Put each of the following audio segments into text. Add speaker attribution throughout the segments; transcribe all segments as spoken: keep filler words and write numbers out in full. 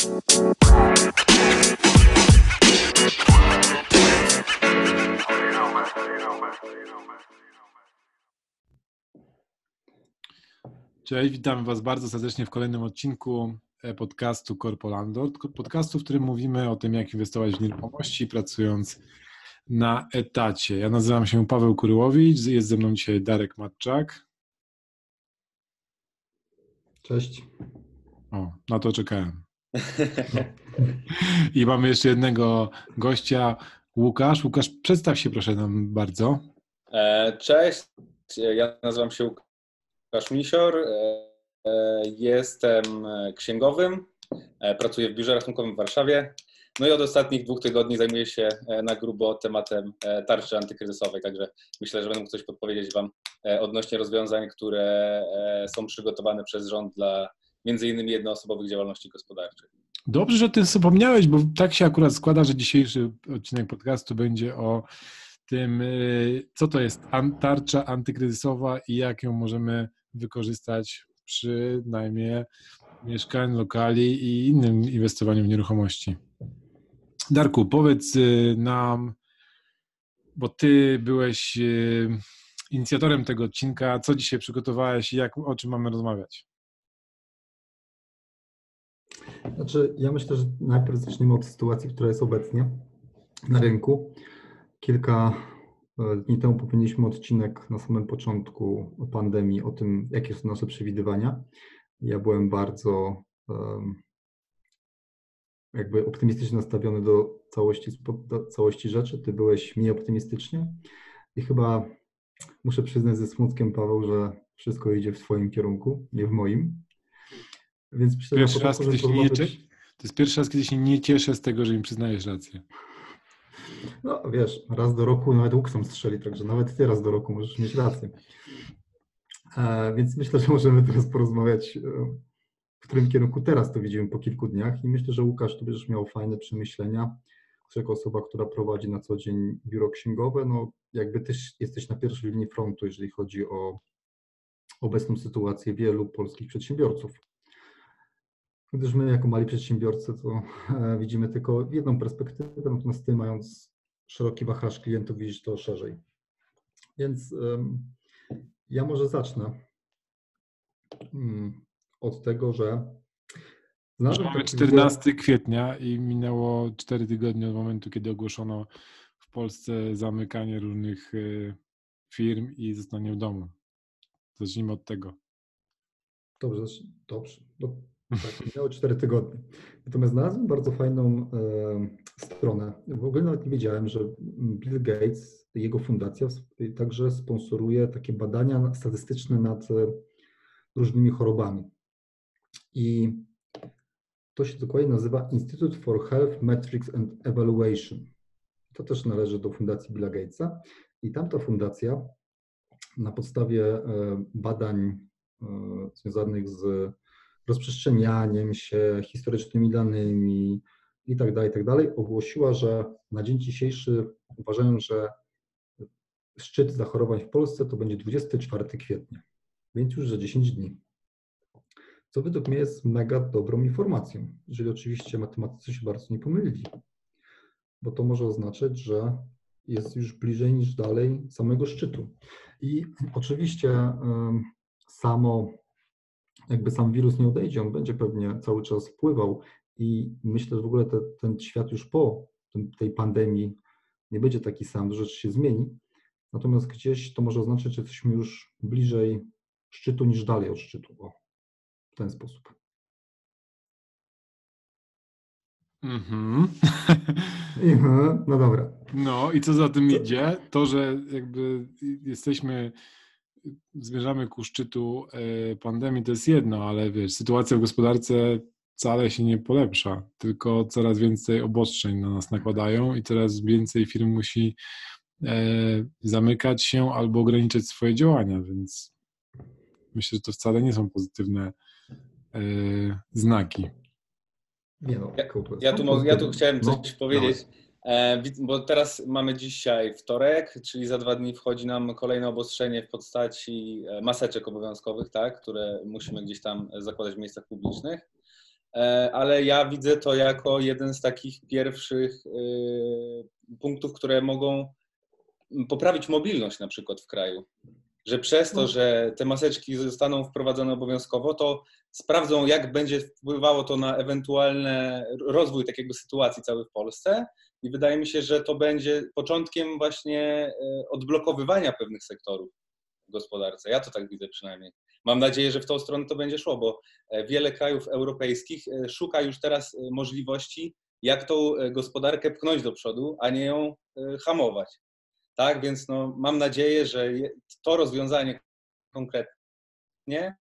Speaker 1: Cześć, witamy Was bardzo serdecznie w kolejnym odcinku podcastu Corpo Landlord. Podcastu, w którym mówimy o tym, jak inwestować w nieruchomości, pracując na etacie. Ja nazywam się Paweł Kuryłowicz, jest ze mną dzisiaj Darek Matczak.
Speaker 2: Cześć.
Speaker 1: O, na to czekałem. I mamy jeszcze jednego gościa, Łukasz. Łukasz, przedstaw się proszę nam bardzo.
Speaker 3: Cześć, ja nazywam się Łukasz Misior, jestem księgowym, pracuję w biurze rachunkowym w Warszawie, no i od ostatnich dwóch tygodni zajmuję się na grubo tematem tarczy antykryzysowej, także myślę, że będę mógł coś podpowiedzieć Wam odnośnie rozwiązań, które są przygotowane przez rząd dla między innymi jednoosobowych działalności gospodarczych.
Speaker 1: Dobrze, że o tym wspomniałeś, bo tak się akurat składa, że dzisiejszy odcinek podcastu będzie o tym, co to jest tarcza antykryzysowa i jak ją możemy wykorzystać przy najmie mieszkań, lokali i innym inwestowaniu w nieruchomości. Darku, powiedz nam, bo Ty byłeś inicjatorem tego odcinka, co dzisiaj przygotowałeś i jak, o czym mamy rozmawiać?
Speaker 2: Znaczy, ja myślę, że najpierw zaczniemy od sytuacji, która jest obecnie na rynku. Kilka dni temu powinniśmy odcinek na samym początku pandemii o tym, jakie są nasze przewidywania. Ja byłem bardzo um, jakby optymistycznie nastawiony do całości, do całości rzeczy. Ty byłeś mniej optymistycznie i chyba muszę przyznać ze smutkiem, Paweł, że wszystko idzie w Twoim kierunku, nie w moim. Więc myślę,
Speaker 1: pierwszy
Speaker 2: że
Speaker 1: raz, kiedy się nie, to jest pierwszy raz, kiedy się nie cieszę z tego, że mi przyznajesz rację.
Speaker 2: No wiesz, raz do roku nawet łuk sam strzeli, także nawet ty raz do roku możesz mieć rację. E, więc myślę, że możemy teraz porozmawiać, w którym kierunku teraz to widzimy po kilku dniach i myślę, że Łukasz, tu będziesz miał fajne przemyślenia. Jako osoba, która prowadzi na co dzień biuro księgowe, no jakby też jesteś na pierwszej linii frontu, jeżeli chodzi o obecną sytuację wielu polskich przedsiębiorców. Gdyż my jako mali przedsiębiorcy to e, widzimy tylko jedną perspektywę, natomiast ty, mając szeroki wachlarz klientów, widzisz to szerzej. Więc um, ja może zacznę um, od tego, że
Speaker 1: Że mamy czternastego kwietnia i minęło cztery tygodnie od momentu, kiedy ogłoszono w Polsce zamykanie różnych y, firm i zostanie w domu. Zacznijmy od tego.
Speaker 2: Dobrze, dobrze. No, tak, minęło cztery tygodnie. Natomiast znalazłem bardzo fajną e, stronę. W ogóle nawet nie wiedziałem, że Bill Gates, jego fundacja także sponsoruje takie badania statystyczne nad e, różnymi chorobami. I to się dokładnie nazywa Institute for Health Metrics and Evaluation. To też należy do fundacji Billa Gatesa. I tamta fundacja na podstawie e, badań e, związanych z rozprzestrzenianiem się, historycznymi danymi i tak dalej, i tak dalej, ogłosiła, że na dzień dzisiejszy uważają, że szczyt zachorowań w Polsce to będzie dwudziestego czwartego kwietnia, więc już za dziesięć dni. Co według mnie jest mega dobrą informacją, jeżeli oczywiście matematycy się bardzo nie pomylili, bo to może oznaczać, że jest już bliżej niż dalej samego szczytu. I oczywiście samo jakby sam wirus nie odejdzie, on będzie pewnie cały czas wpływał i myślę, że w ogóle te, ten świat już po tym, tej pandemii nie będzie taki sam, dużo rzeczy się zmieni, natomiast gdzieś to może oznaczać, że jesteśmy już bliżej szczytu niż dalej od szczytu, o, w ten sposób.
Speaker 1: Mhm.
Speaker 2: No dobra.
Speaker 1: No i co za tym co? idzie? To, że jakby jesteśmy zmierzamy ku szczytu pandemii, to jest jedno, ale wiesz, sytuacja w gospodarce wcale się nie polepsza, tylko coraz więcej obostrzeń na nas nakładają i coraz więcej firm musi zamykać się albo ograniczać swoje działania, więc myślę, że to wcale nie są pozytywne znaki.
Speaker 3: Nie no, ja, ja, tu, ja tu chciałem coś no, powiedzieć. Bo teraz mamy dzisiaj wtorek, czyli za dwa dni wchodzi nam kolejne obostrzenie w postaci maseczek obowiązkowych, tak, które musimy gdzieś tam zakładać w miejscach publicznych. ale ja widzę to jako jeden z takich pierwszych punktów, które mogą poprawić mobilność na przykład w kraju. Że przez to, że te maseczki zostaną wprowadzone obowiązkowo, to sprawdzą, jak będzie wpływało to na ewentualny rozwój takiego sytuacji całej w Polsce i wydaje mi się, że to będzie początkiem właśnie odblokowywania pewnych sektorów w gospodarce. Ja to tak widzę przynajmniej. Mam nadzieję, że w tą stronę to będzie szło, bo wiele krajów europejskich szuka już teraz możliwości, jak tą gospodarkę pchnąć do przodu, a nie ją hamować. Tak, więc no, mam nadzieję, że to rozwiązanie konkretnie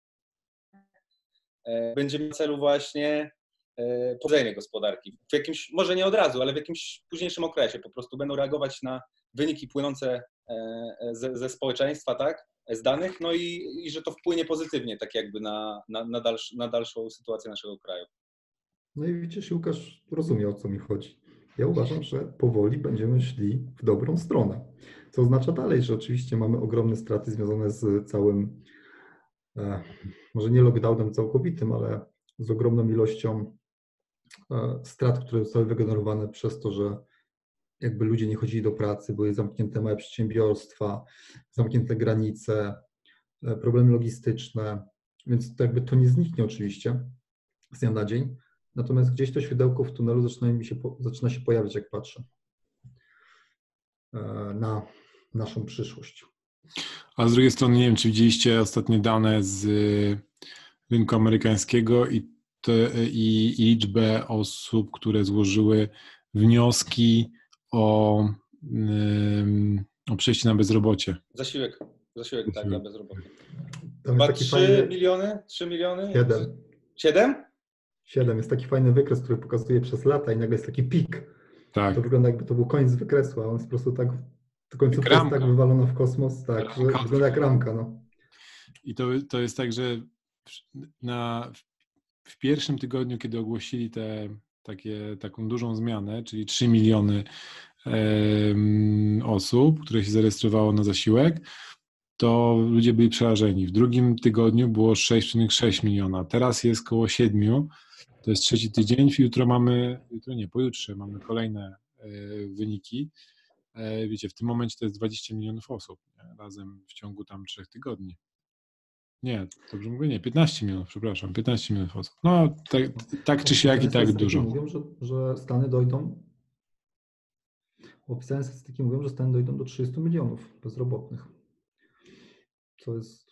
Speaker 3: będzie miało na celu właśnie pobudzenie gospodarki. W jakimś, może nie od razu, ale w jakimś późniejszym okresie po prostu będą reagować na wyniki płynące ze, ze społeczeństwa, tak, z danych, no i, i że to wpłynie pozytywnie tak jakby na, na, na, dalsz, na dalszą sytuację naszego kraju.
Speaker 2: No i widzisz, Łukasz rozumie, o co mi chodzi. Ja uważam, że powoli będziemy szli w dobrą stronę. Co oznacza dalej, że oczywiście mamy ogromne straty związane z całym, e, może nie lockdownem całkowitym, ale z ogromną ilością e, strat, które zostały wygenerowane przez to, że jakby ludzie nie chodzili do pracy, były zamknięte małe przedsiębiorstwa, zamknięte granice, e, problemy logistyczne, więc to jakby to nie zniknie oczywiście z dnia na dzień. Natomiast gdzieś to światełko w tunelu zaczyna, mi się, zaczyna się pojawiać, jak patrzę na naszą przyszłość.
Speaker 1: A z drugiej strony, nie wiem, czy widzieliście ostatnie dane z rynku amerykańskiego i, te, i, i liczbę osób, które złożyły wnioski o, um, o przejście na bezrobocie.
Speaker 3: Zasiłek, zasiłek, tak, dla bezrobotnych.
Speaker 2: Chyba
Speaker 3: trzy
Speaker 2: fajny...
Speaker 3: miliony? trzy miliony?
Speaker 2: Siedem.
Speaker 3: Siedem?
Speaker 2: Siedem. Jest taki fajny wykres, który pokazuje przez lata i nagle jest taki pik. Tak. To wygląda, jakby to był koniec wykresu, a on jest po prostu tak, to końcówka jest tak wywalona w kosmos, tak, że wygląda jak ramka. No.
Speaker 1: I to, to jest tak, że na, w pierwszym tygodniu, kiedy ogłosili te, takie, taką dużą zmianę, czyli trzy miliony um, osób, które się zarejestrowało na zasiłek, to ludzie byli przerażeni. W drugim tygodniu było sześć przecinek sześć miliona, teraz jest koło siedmiu. To jest trzeci tydzień, jutro mamy, jutro nie, pojutrze mamy kolejne e, wyniki. E, wiecie, w tym momencie to jest dwadzieścia milionów osób, nie? Razem w ciągu tam trzech tygodni. Nie, dobrze mówię, nie, piętnaście milionów, przepraszam, piętnaście milionów osób. No, tak, tak czy siak i tak dużo.
Speaker 2: Mówią, że, że Stany dojdą, oficjalne statystyki mówią, że Stany dojdą do trzydziestu milionów bezrobotnych, co jest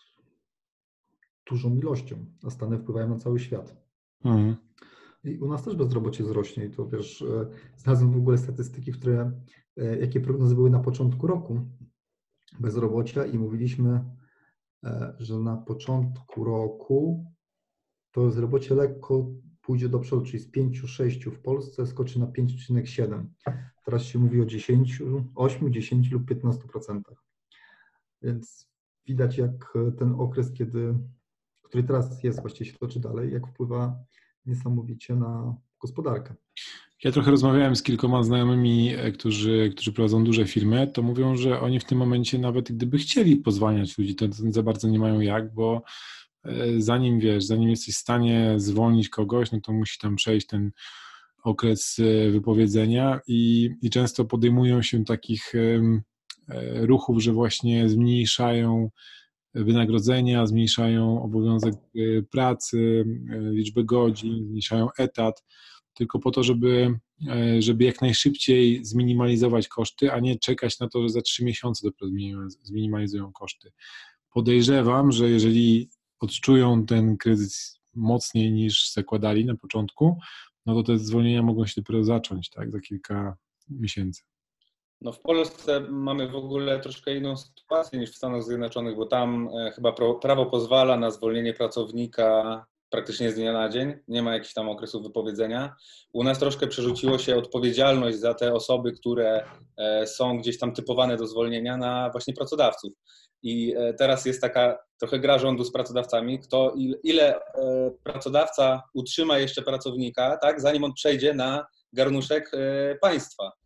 Speaker 2: dużą ilością, a Stany wpływają na cały świat.
Speaker 1: Mhm.
Speaker 2: I u nas też bezrobocie wzrośnie i to wiesz, znalazłem w ogóle statystyki, które, jakie prognozy były na początku roku bezrobocia i mówiliśmy, że na początku roku to bezrobocie lekko pójdzie do przodu, czyli z pięć sześć w Polsce skoczy na pięć przecinek siedem. Teraz się mówi o dziesięć, osiem, dziesięć lub piętnaście procent. Więc widać, jak ten okres, kiedy, który teraz jest, właściwie się toczy dalej, jak wpływa niesamowicie na gospodarkę.
Speaker 1: Ja trochę rozmawiałem z kilkoma znajomymi, którzy, którzy prowadzą duże firmy, to mówią, że oni w tym momencie nawet gdyby chcieli pozwalniać ludzi, to za bardzo nie mają jak, bo zanim wiesz, zanim jesteś w stanie zwolnić kogoś, no to musi tam przejść ten okres wypowiedzenia i, i często podejmują się takich ruchów, że właśnie zmniejszają wynagrodzenia, zmniejszają obowiązek pracy, liczbę godzin, zmniejszają etat, tylko po to, żeby, żeby jak najszybciej zminimalizować koszty, a nie czekać na to, że za trzy miesiące dopiero zminimalizują koszty. Podejrzewam, że jeżeli odczują ten kryzys mocniej niż zakładali na początku, no to te zwolnienia mogą się dopiero zacząć, tak, za kilka miesięcy.
Speaker 3: No w Polsce mamy w ogóle troszkę inną sytuację niż w Stanach Zjednoczonych, bo tam chyba prawo pozwala na zwolnienie pracownika praktycznie z dnia na dzień, nie ma jakichś tam okresów wypowiedzenia. U nas troszkę przerzuciło się odpowiedzialność za te osoby, które są gdzieś tam typowane do zwolnienia na właśnie pracodawców. I teraz jest taka trochę gra rządu z pracodawcami, kto ile pracodawca utrzyma jeszcze pracownika, tak, zanim on przejdzie na garnuszek państwa.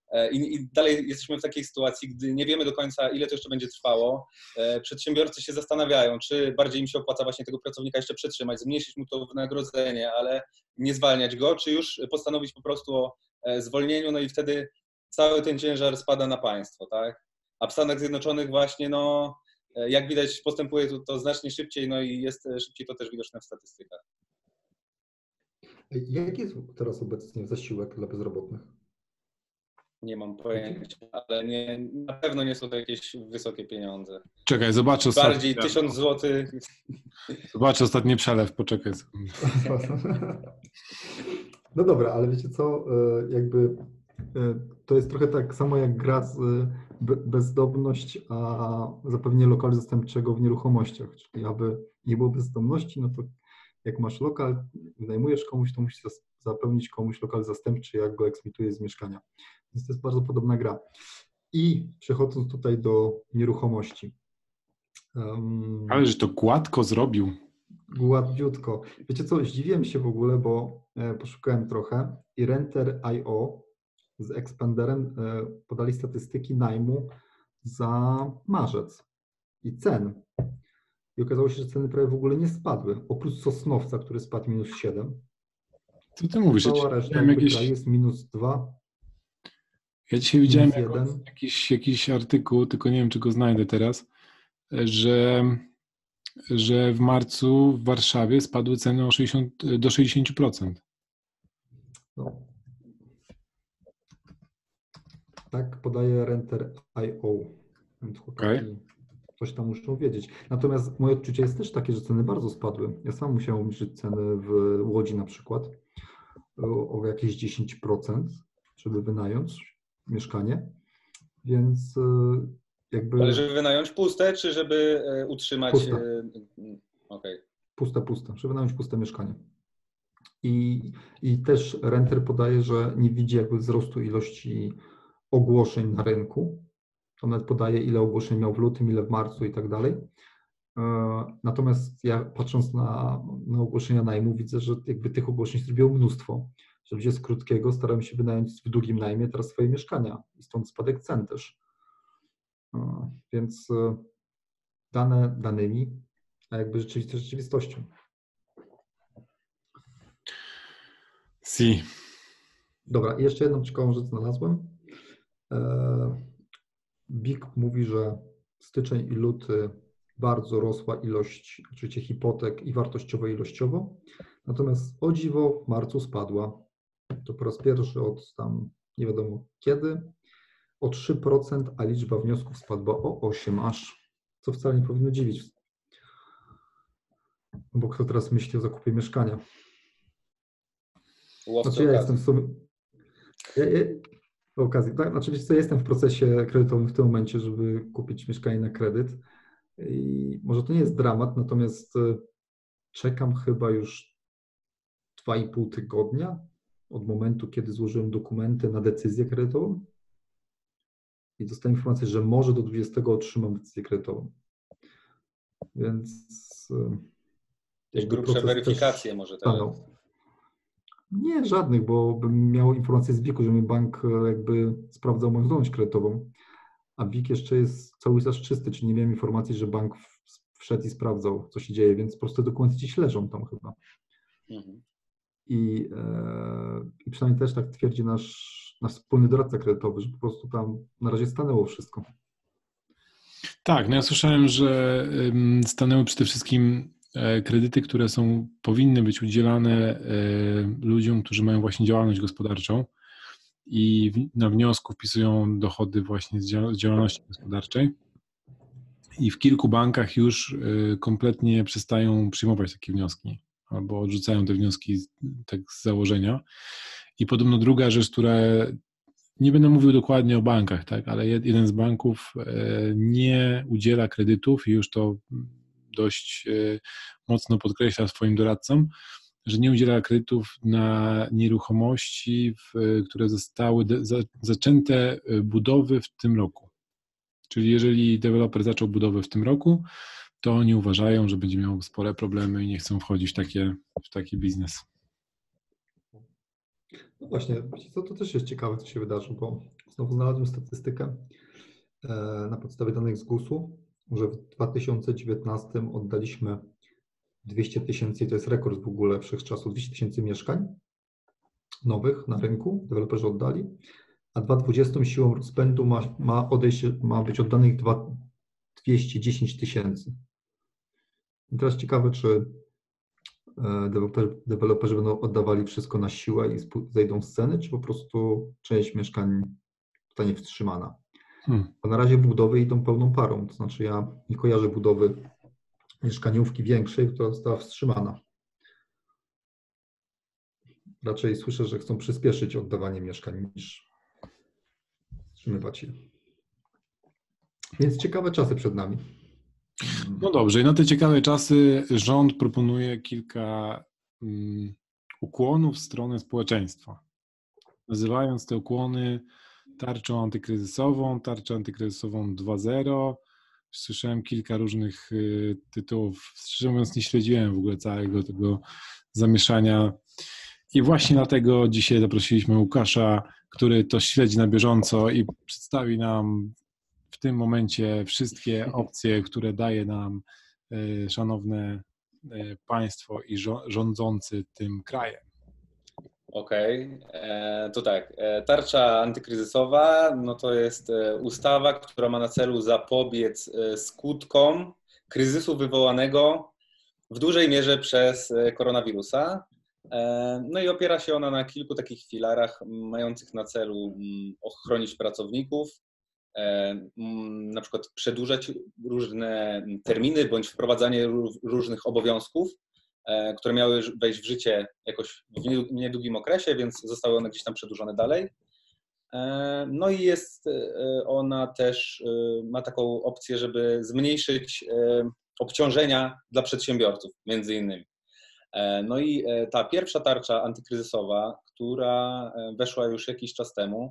Speaker 3: I, I dalej jesteśmy w takiej sytuacji, gdy nie wiemy do końca, ile to jeszcze będzie trwało. Przedsiębiorcy się zastanawiają, czy bardziej im się opłaca właśnie tego pracownika jeszcze przetrzymać, zmniejszyć mu to wynagrodzenie, ale nie zwalniać go, czy już postanowić po prostu o zwolnieniu, no i wtedy cały ten ciężar spada na państwo, tak? A w Stanach Zjednoczonych właśnie, no jak widać, postępuje to, to znacznie szybciej, no i jest szybciej to też widoczne w statystykach.
Speaker 2: Jaki jest teraz obecnie zasiłek dla bezrobotnych?
Speaker 3: Nie mam pojęcia, ale nie, na pewno nie są to jakieś wysokie pieniądze.
Speaker 1: Czekaj, zobaczę
Speaker 3: Bardziej tysiąc złotych.
Speaker 1: Zobaczę ostatni przelew, poczekaj.
Speaker 2: No dobra, ale wiecie co, jakby to jest trochę tak samo jak gra z bezdomność, a zapewnienie lokalu zastępczego w nieruchomościach. Czyli aby nie było bezdomności, no to jak masz lokal, wynajmujesz komuś, to musisz zapewnić komuś lokal zastępczy, jak go eksmituje z mieszkania. Więc to jest bardzo podobna gra. I przechodząc tutaj do nieruchomości. Um,
Speaker 1: Ale że to gładko zrobił.
Speaker 2: Gładdziutko. Wiecie co, zdziwiłem się w ogóle, bo e, poszukałem trochę i Renter kropka i o z Expanderem e, podali statystyki najmu za marzec i cen. I okazało się, że ceny prawie w ogóle nie spadły. Oprócz Sosnowca, który spadł minus siedem.
Speaker 1: Co ty mówisz?
Speaker 2: Cała
Speaker 1: Ja
Speaker 2: reszta
Speaker 1: jakieś...
Speaker 2: kraju jest minus dwa.
Speaker 1: Ja dzisiaj widziałem
Speaker 2: jeden.
Speaker 1: jakiś, jakiś artykuł, tylko nie wiem, czy go znajdę teraz, że, że w marcu w Warszawie spadły ceny o sześćdziesiąt, do sześćdziesiąt procent.
Speaker 2: No. Tak podaje Renter kropka i o. Więc chłopaki okay. Coś tam muszą wiedzieć. Natomiast moje odczucie jest też takie, że ceny bardzo spadły. Ja sam musiałem obniżyć ceny w Łodzi na przykład o, o jakieś dziesięć procent, żeby wynająć mieszkanie, więc jakby...
Speaker 3: Ale żeby wynająć puste, czy żeby utrzymać...
Speaker 2: Puste.
Speaker 3: Okay.
Speaker 2: Puste, puste. Żeby wynająć puste mieszkanie. I, I też Renter podaje, że nie widzi jakby wzrostu ilości ogłoszeń na rynku. To nawet podaje, ile ogłoszeń miał w lutym, ile w marcu i tak dalej. Natomiast ja patrząc na, na ogłoszenia najmu, widzę, że jakby tych ogłoszeń zrobiło mnóstwo. Że ludzie z krótkiego starają się wynająć w długim najmie teraz swoje mieszkania i stąd spadek cen też. Więc dane danymi, a jakby rzeczywistość rzeczywistością.
Speaker 1: Si.
Speaker 2: Dobra, i jeszcze jedną ciekawą rzecz znalazłem. B I K mówi, że styczeń i luty bardzo rosła ilość oczywiście hipotek i wartościowo i ilościowo, natomiast o dziwo w marcu spadła. To po raz pierwszy od tam nie wiadomo kiedy, o trzy procent, a liczba wniosków spadła o osiem procent aż, co wcale nie powinno dziwić. Bo kto teraz myśli o zakupie mieszkania? Znaczy ja jestem w sumie... Ja, ja, w okazji, tak, oczywiście ja jestem w procesie kredytowym w tym momencie, żeby kupić mieszkanie na kredyt i może to nie jest dramat, natomiast czekam chyba już dwa i pół tygodnia od momentu, kiedy złożyłem dokumenty na decyzję kredytową i dostałem informację, że może do dwudziestego otrzymam decyzję kredytową. Więc...
Speaker 3: Jakieś grubsze weryfikacje może teraz.
Speaker 2: Nie, żadnych, bo bym miał informację z B I K-u, że mi bank jakby sprawdzał moją zdolność kredytową, a B I K jeszcze jest cały czas czysty, czyli nie miałem informacji, że bank wszedł i sprawdzał, co się dzieje, więc po prostu dokumenty gdzieś leżą tam chyba. Mhm. I, e, I przynajmniej też tak twierdzi nasz, nasz wspólny doradca kredytowy, że po prostu tam na razie stanęło wszystko.
Speaker 1: Tak, no ja słyszałem, że stanęły przede wszystkim kredyty, które są, powinny być udzielane ludziom, którzy mają właśnie działalność gospodarczą i na wniosku wpisują dochody właśnie z działalności gospodarczej i w kilku bankach już kompletnie przestają przyjmować takie wnioski albo odrzucają te wnioski tak z założenia. I podobno druga rzecz, która, nie będę mówił dokładnie o bankach, tak, ale jeden z banków nie udziela kredytów i już to dość mocno podkreśla swoim doradcom, że nie udziela kredytów na nieruchomości, które zostały za, zaczęte budowy w tym roku. Czyli jeżeli deweloper zaczął budowę w tym roku, to oni uważają, że będzie miał spore problemy i nie chcą wchodzić w, takie, w taki biznes.
Speaker 2: No właśnie, to, to też jest ciekawe, co się wydarzy, bo znowu znalazłem statystykę na podstawie danych z gusu, że w dwa tysiące dziewiętnastym oddaliśmy dwieście tysięcy, i to jest rekord w ogóle wszechczasów, dwieście tysięcy mieszkań nowych na rynku, deweloperzy oddali, a dwa tysiące dwudziestym siłą rozpędu ma, ma, odejść, ma być oddanych dwieście dziesięć tysięcy. I teraz ciekawe, czy deweloperzy, deweloperzy będą oddawali wszystko na siłę i zejdą z ceny, czy po prostu część mieszkań zostanie wstrzymana. Hmm. Bo na razie budowy idą pełną parą, to znaczy ja nie kojarzę budowy mieszkaniówki większej, która została wstrzymana. Raczej słyszę, że chcą przyspieszyć oddawanie mieszkań niż wstrzymywać je. Więc ciekawe czasy przed nami.
Speaker 1: No dobrze, i na te ciekawe czasy rząd proponuje kilka um, ukłonów w stronę społeczeństwa, nazywając te ukłony tarczą antykryzysową, tarczą antykryzysową dwa zero. Słyszałem kilka różnych y, tytułów. Szczerze mówiąc, nie śledziłem w ogóle całego tego zamieszania. I właśnie dlatego dzisiaj zaprosiliśmy Łukasza, który to śledzi na bieżąco i przedstawi nam w tym momencie wszystkie opcje, które daje nam y, szanowne y, państwo i rządzący tym krajem.
Speaker 3: Okej, okay. To tak, tarcza antykryzysowa no to jest ustawa, która ma na celu zapobiec skutkom kryzysu wywołanego w dużej mierze przez koronawirusa. No i opiera się ona na kilku takich filarach mających na celu ochronić pracowników, na przykład przedłużać różne terminy bądź wprowadzanie różnych obowiązków, które miały wejść w życie jakoś w niedługim okresie, więc zostały one gdzieś tam przedłużone dalej. No i jest ona też, ma taką opcję, żeby zmniejszyć obciążenia dla przedsiębiorców, między innymi. No i ta pierwsza tarcza antykryzysowa, która weszła już jakiś czas temu,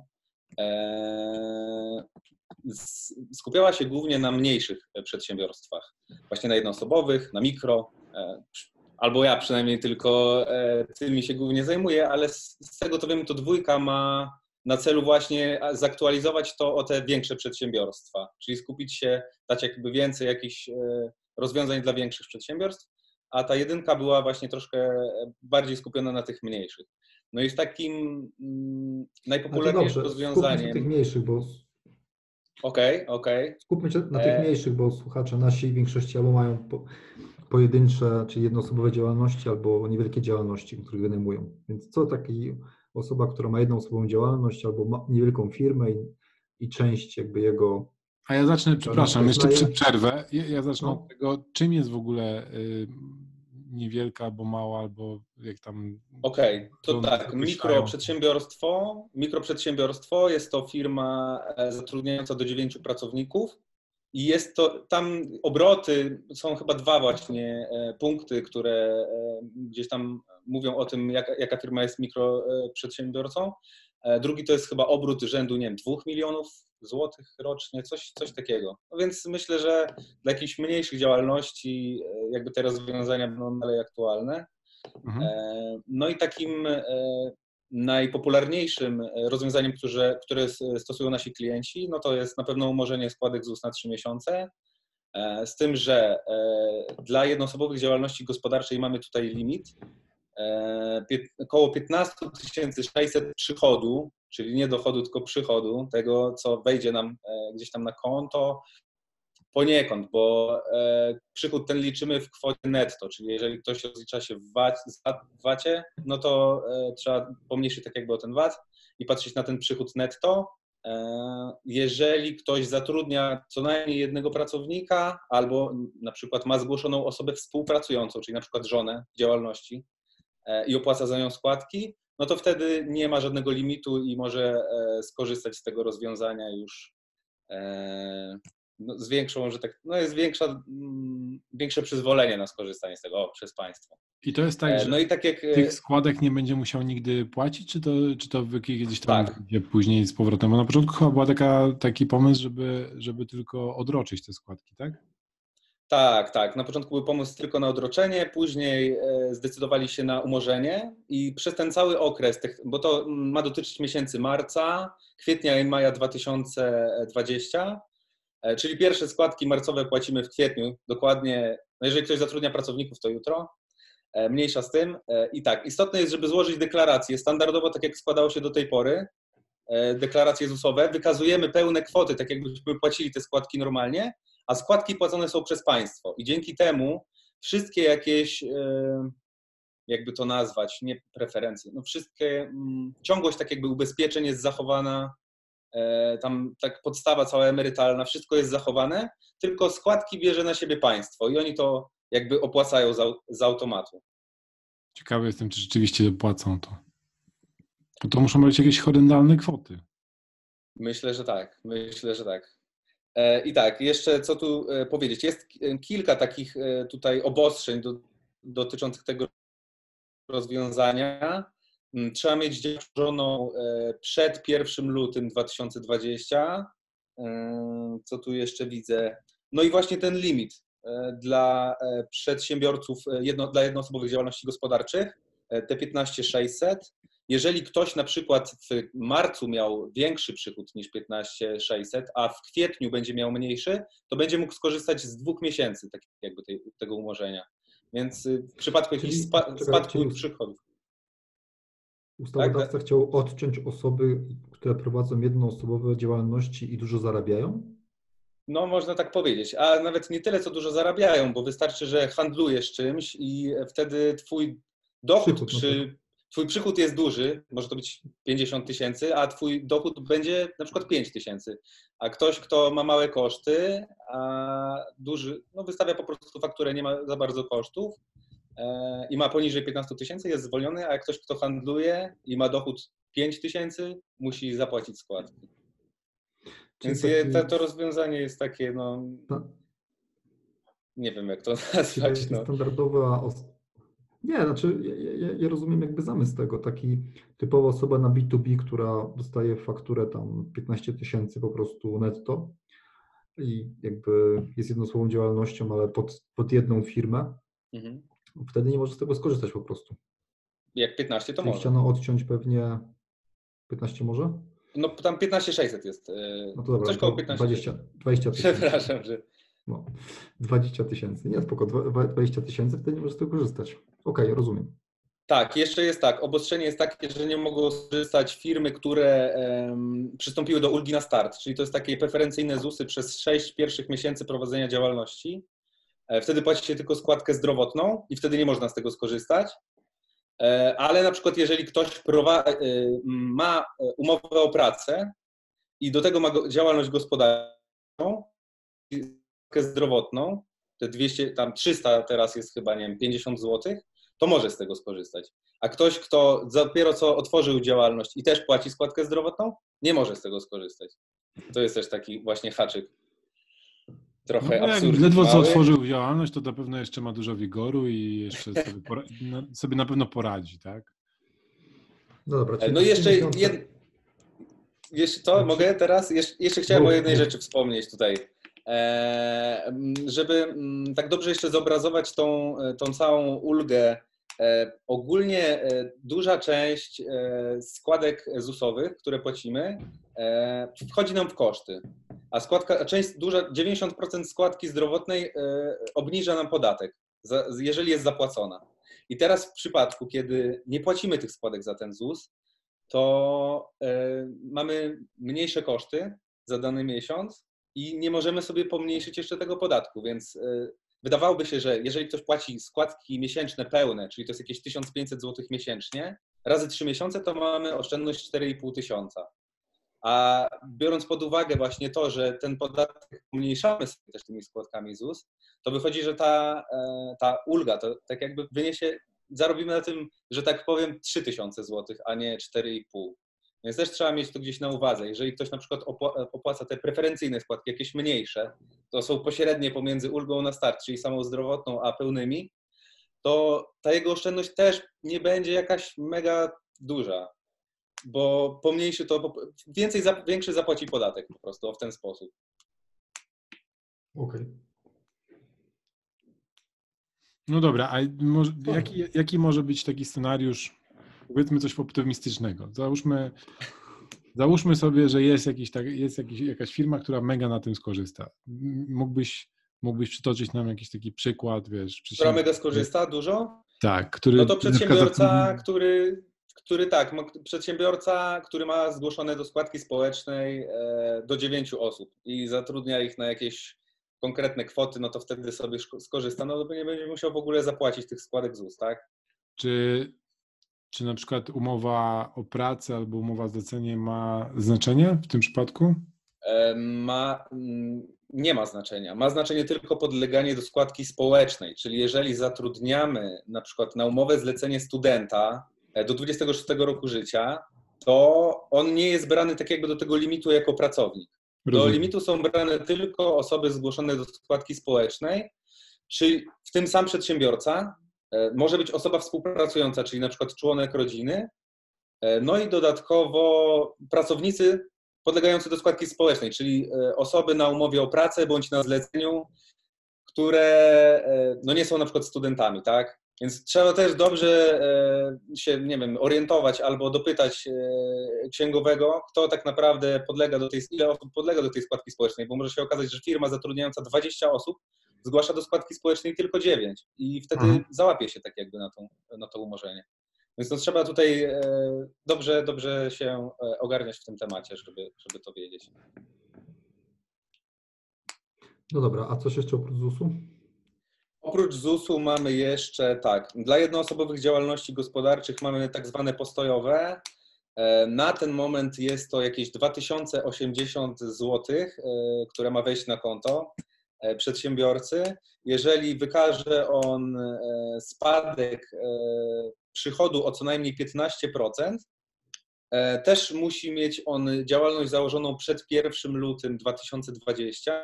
Speaker 3: skupiała się głównie na mniejszych przedsiębiorstwach, właśnie na jednoosobowych, na mikro, albo ja przynajmniej tylko tymi się głównie zajmuję, ale z tego co wiem, to dwójka ma na celu właśnie zaktualizować to o te większe przedsiębiorstwa, czyli skupić się, dać jakby więcej jakichś rozwiązań dla większych przedsiębiorstw, a ta jedynka była właśnie troszkę bardziej skupiona na tych mniejszych. No i w takim najpopularniejszym rozwiązaniem...
Speaker 2: Skupmy się na tych mniejszych, bo...
Speaker 3: Okej, okay, okej. Okay.
Speaker 2: Skupmy się na tych e... mniejszych, bo słuchacze nasi w większości albo mają po, pojedyncze, czy jednoosobowe działalności, albo niewielkie działalności, których wynajmują. Więc co taki osoba, która ma jedną osobową działalność, albo ma niewielką firmę i, i część jakby jego...
Speaker 1: A ja zacznę, przepraszam, jeszcze przy przerwę. Ja, ja zacznę no. od tego, czym jest w ogóle y, niewielka, albo mała, albo jak tam...
Speaker 3: Okej, okay, to tak, mikroprzedsiębiorstwo, mikroprzedsiębiorstwo jest to firma zatrudniająca do dziewięciu pracowników i jest to, tam obroty, są chyba dwa właśnie punkty, które gdzieś tam mówią o tym, jaka, jaka firma jest mikroprzedsiębiorcą. Drugi to jest chyba obrót rzędu, nie wiem, dwóch milionów złotych rocznie, coś, coś takiego. No więc myślę, że dla jakichś mniejszych działalności jakby te rozwiązania będą dalej aktualne. Mhm. No i takim najpopularniejszym rozwiązaniem, które, które stosują nasi klienci, no to jest na pewno umorzenie składek Z U S na trzy miesiące, z tym, że dla jednoosobowych działalności gospodarczej mamy tutaj limit około piętnaście tysięcy sześćset przychodu, czyli nie dochodu, tylko przychodu, tego co wejdzie nam gdzieś tam na konto, poniekąd, bo przychód ten liczymy w kwocie netto, czyli jeżeli ktoś rozlicza się w vacie, no to trzeba pomniejszyć tak jakby o ten V A T i patrzeć na ten przychód netto. Jeżeli ktoś zatrudnia co najmniej jednego pracownika albo na przykład ma zgłoszoną osobę współpracującą, czyli na przykład żonę w działalności i opłaca za nią składki, no to wtedy nie ma żadnego limitu i może skorzystać z tego rozwiązania już no, z większą, że tak, no jest większa, większe przyzwolenie na skorzystanie z tego o, przez państwo.
Speaker 1: I to jest tak, że
Speaker 3: no i tak jak,
Speaker 1: tych składek nie będzie musiał nigdy płacić, czy to, czy to kiedyś tam tak. będzie później z powrotem? Bo na początku chyba był taka, taki pomysł, żeby, żeby tylko odroczyć te składki, tak?
Speaker 3: Tak, tak. Na początku był pomysł tylko na odroczenie, później zdecydowali się na umorzenie i przez ten cały okres, bo to ma dotyczyć miesięcy marca, kwietnia i maja dwa tysiące dwudziestego, czyli pierwsze składki marcowe płacimy w kwietniu, dokładnie, no jeżeli ktoś zatrudnia pracowników, to jutro, mniejsza z tym. I tak, istotne jest, żeby złożyć deklarację standardowo, tak jak składało się do tej pory, deklaracje zusowe, wykazujemy pełne kwoty, tak jakbyśmy płacili te składki normalnie, a składki płacone są przez państwo i dzięki temu wszystkie jakieś, jakby to nazwać, nie preferencje, no wszystkie, ciągłość tak jakby ubezpieczeń jest zachowana, tam tak podstawa cała emerytalna, wszystko jest zachowane, tylko składki bierze na siebie państwo i oni to jakby opłacają z, z automatu.
Speaker 1: Ciekawy jestem, czy rzeczywiście opłacą to. Bo to muszą być jakieś horrendalne kwoty.
Speaker 3: Myślę, że tak. Myślę, że tak. I tak, jeszcze co tu powiedzieć. Jest kilka takich tutaj obostrzeń do, dotyczących tego rozwiązania. Trzeba mieć działalność przed pierwszym lutym dwa tysiące dwudziestego. Co tu jeszcze widzę? No i właśnie ten limit dla przedsiębiorców, jedno, dla jednoosobowych działalności gospodarczych, te piętnaście tysięcy sześćset. Jeżeli ktoś na przykład w marcu miał większy przychód niż piętnaście tysięcy sześćset, a w kwietniu będzie miał mniejszy, to będzie mógł skorzystać z dwóch miesięcy tak jakby tej, tego umorzenia. Więc w przypadku jakichś spa, spadku przychodów.
Speaker 2: Ustawodawca tak? chciał odciąć osoby, które prowadzą jednoosobowe działalności i dużo zarabiają?
Speaker 3: No, można tak powiedzieć, a nawet nie tyle, co dużo zarabiają, bo wystarczy, że handlujesz czymś i wtedy twój dochód
Speaker 2: Przychód,
Speaker 3: przy...
Speaker 2: no tak.
Speaker 3: Twój przychód jest duży, może to być pięćdziesiąt tysięcy, a twój dochód będzie na przykład pięć tysięcy. A ktoś, kto ma małe koszty, a duży, no wystawia po prostu fakturę, nie ma za bardzo kosztów e, i ma poniżej piętnaście tysięcy, jest zwolniony, a jak ktoś, kto handluje i ma dochód pięć tysięcy, musi zapłacić składki. Czyli Więc taki... to, to rozwiązanie jest takie, no, no. nie wiem jak to nazwać.
Speaker 2: Czyli
Speaker 3: no.
Speaker 2: standardowa osoba. Nie, znaczy ja, ja rozumiem jakby zamysł tego, taki typowa osoba na B dwa B, która dostaje fakturę tam piętnaście tysięcy po prostu netto i jakby jest jednoosobową działalnością, ale pod, pod jedną firmę, mhm. wtedy nie może z tego skorzystać po prostu.
Speaker 3: Jak piętnaście to
Speaker 2: Czyli
Speaker 3: może.
Speaker 2: chciano odciąć pewnie piętnaście może?
Speaker 3: No tam piętnaście tysięcy sześćset jest.
Speaker 2: No to dobra,
Speaker 3: coś koło piętnaście
Speaker 2: dwadzieścia, dwadzieścia tysięcy.
Speaker 3: Przepraszam, że...
Speaker 2: No, dwadzieścia tysięcy, nie spoko, dwadzieścia tysięcy, wtedy nie możesz z tego korzystać. Okej, okay, rozumiem.
Speaker 3: Tak, jeszcze jest tak, obostrzenie jest takie, że nie mogą skorzystać firmy, które um, przystąpiły do ulgi na start, czyli to jest takie preferencyjne ZUSy przez sześć pierwszych miesięcy prowadzenia działalności. Wtedy płaci się tylko składkę zdrowotną i wtedy nie można z tego skorzystać. Ale na przykład jeżeli ktoś ma umowę o pracę i do tego ma działalność gospodarczą, składkę zdrowotną, te dwieście, tam trzysta teraz jest chyba, nie wiem, pięćdziesiąt złotych, to może z tego skorzystać. A ktoś, kto dopiero co otworzył działalność i też płaci składkę zdrowotną, nie może z tego skorzystać. To jest też taki właśnie haczyk. Trochę
Speaker 1: no,
Speaker 3: absurdalny.
Speaker 1: Ledwo co otworzył działalność, to na pewno jeszcze ma dużo wigoru i jeszcze sobie, pora- no, sobie na pewno poradzi, tak?
Speaker 2: No dobra.
Speaker 3: No i jeszcze, jed... jeszcze to mogę teraz? Jeszcze, jeszcze chciałem o jednej rzeczy wspomnieć tutaj. E, żeby tak dobrze jeszcze zobrazować tą, tą całą ulgę. E, ogólnie e, duża część e, składek zusowych, które płacimy, e, wchodzi nam w koszty. A składka, część duża, dziewięćdziesiąt procent składki zdrowotnej e, obniża nam podatek, za, jeżeli jest zapłacona. I teraz w przypadku, kiedy nie płacimy tych składek za ten ZUS, to e, mamy mniejsze koszty za dany miesiąc i nie możemy sobie pomniejszyć jeszcze tego podatku, więc e, wydawałoby się, że jeżeli ktoś płaci składki miesięczne pełne, czyli to jest jakieś tysiąc pięćset złotych miesięcznie, razy trzy miesiące, to mamy oszczędność cztery i pół tysiąca. A biorąc pod uwagę właśnie to, że ten podatek pomniejszamy sobie też tymi składkami ZUS, to wychodzi, że ta, ta ulga to tak jakby wyniesie, zarobimy na tym, że tak powiem, trzy tysiące złotych, a nie cztery i pół. Więc też trzeba mieć to gdzieś na uwadze. Jeżeli ktoś na przykład opłaca te preferencyjne składki, jakieś mniejsze, to są pośrednie pomiędzy ulgą na start, czyli samą zdrowotną, a pełnymi, to ta jego oszczędność też nie będzie jakaś mega duża, bo pomniejszy to, więcej, większy zapłaci podatek po prostu w ten sposób.
Speaker 2: Okej.
Speaker 1: No dobra, a może, jaki, jaki może być taki scenariusz, powiedzmy coś optymistycznego? Załóżmy, załóżmy sobie, że jest, jakiś, tak, jest jakiś, jakaś firma, która mega na tym skorzysta. Mógłbyś, mógłbyś przytoczyć nam jakiś taki przykład, wiesz?
Speaker 3: Która mega skorzysta dużo?
Speaker 1: Tak, który...
Speaker 3: No to przedsiębiorca, który, który tak, przedsiębiorca, który ma zgłoszone do składki społecznej do dziewięciu osób i zatrudnia ich na jakieś konkretne kwoty, no to wtedy sobie skorzysta, no bo nie będzie musiał w ogóle zapłacić tych składek Z U S, tak?
Speaker 1: Czy, czy na przykład umowa o pracę albo umowa zlecenie ma znaczenie w tym przypadku?
Speaker 3: Ma, nie ma znaczenia. Ma znaczenie tylko podleganie do składki społecznej, czyli jeżeli zatrudniamy na przykład na umowę zlecenie studenta do dwudziestego szóstego roku życia, to on nie jest brany tak jakby do tego limitu jako pracownik. Do
Speaker 1: Rozumiem.
Speaker 3: limitu są brane tylko osoby zgłoszone do składki społecznej, czy w tym sam przedsiębiorca, może być osoba współpracująca, czyli na przykład członek rodziny, no i dodatkowo pracownicy podlegający do składki społecznej, czyli osoby na umowie o pracę bądź na zleceniu, które no nie są na przykład studentami, tak? Więc trzeba też dobrze się, nie wiem, orientować albo dopytać księgowego, kto tak naprawdę podlega do tej, ile osób podlega do tej składki społecznej, bo może się okazać, że firma zatrudniająca dwadzieścia osób zgłasza do składki społecznej tylko dziewięć i wtedy mhm. załapie się tak jakby na to, na to umorzenie. Więc to trzeba tutaj dobrze, dobrze się ogarniać w tym temacie, żeby, żeby to wiedzieć.
Speaker 2: No dobra, a coś jeszcze oprócz Z U S-u?
Speaker 3: Oprócz Z U S-u mamy jeszcze, tak, dla jednoosobowych działalności gospodarczych mamy tak zwane postojowe. Na ten moment jest to jakieś dwa tysiące osiemdziesiąt złotych, które ma wejść na konto przedsiębiorcy. Jeżeli wykaże on spadek przychodu o co najmniej piętnaście procent, też musi mieć on działalność założoną przed pierwszym lutym dwa tysiące dwudziestego.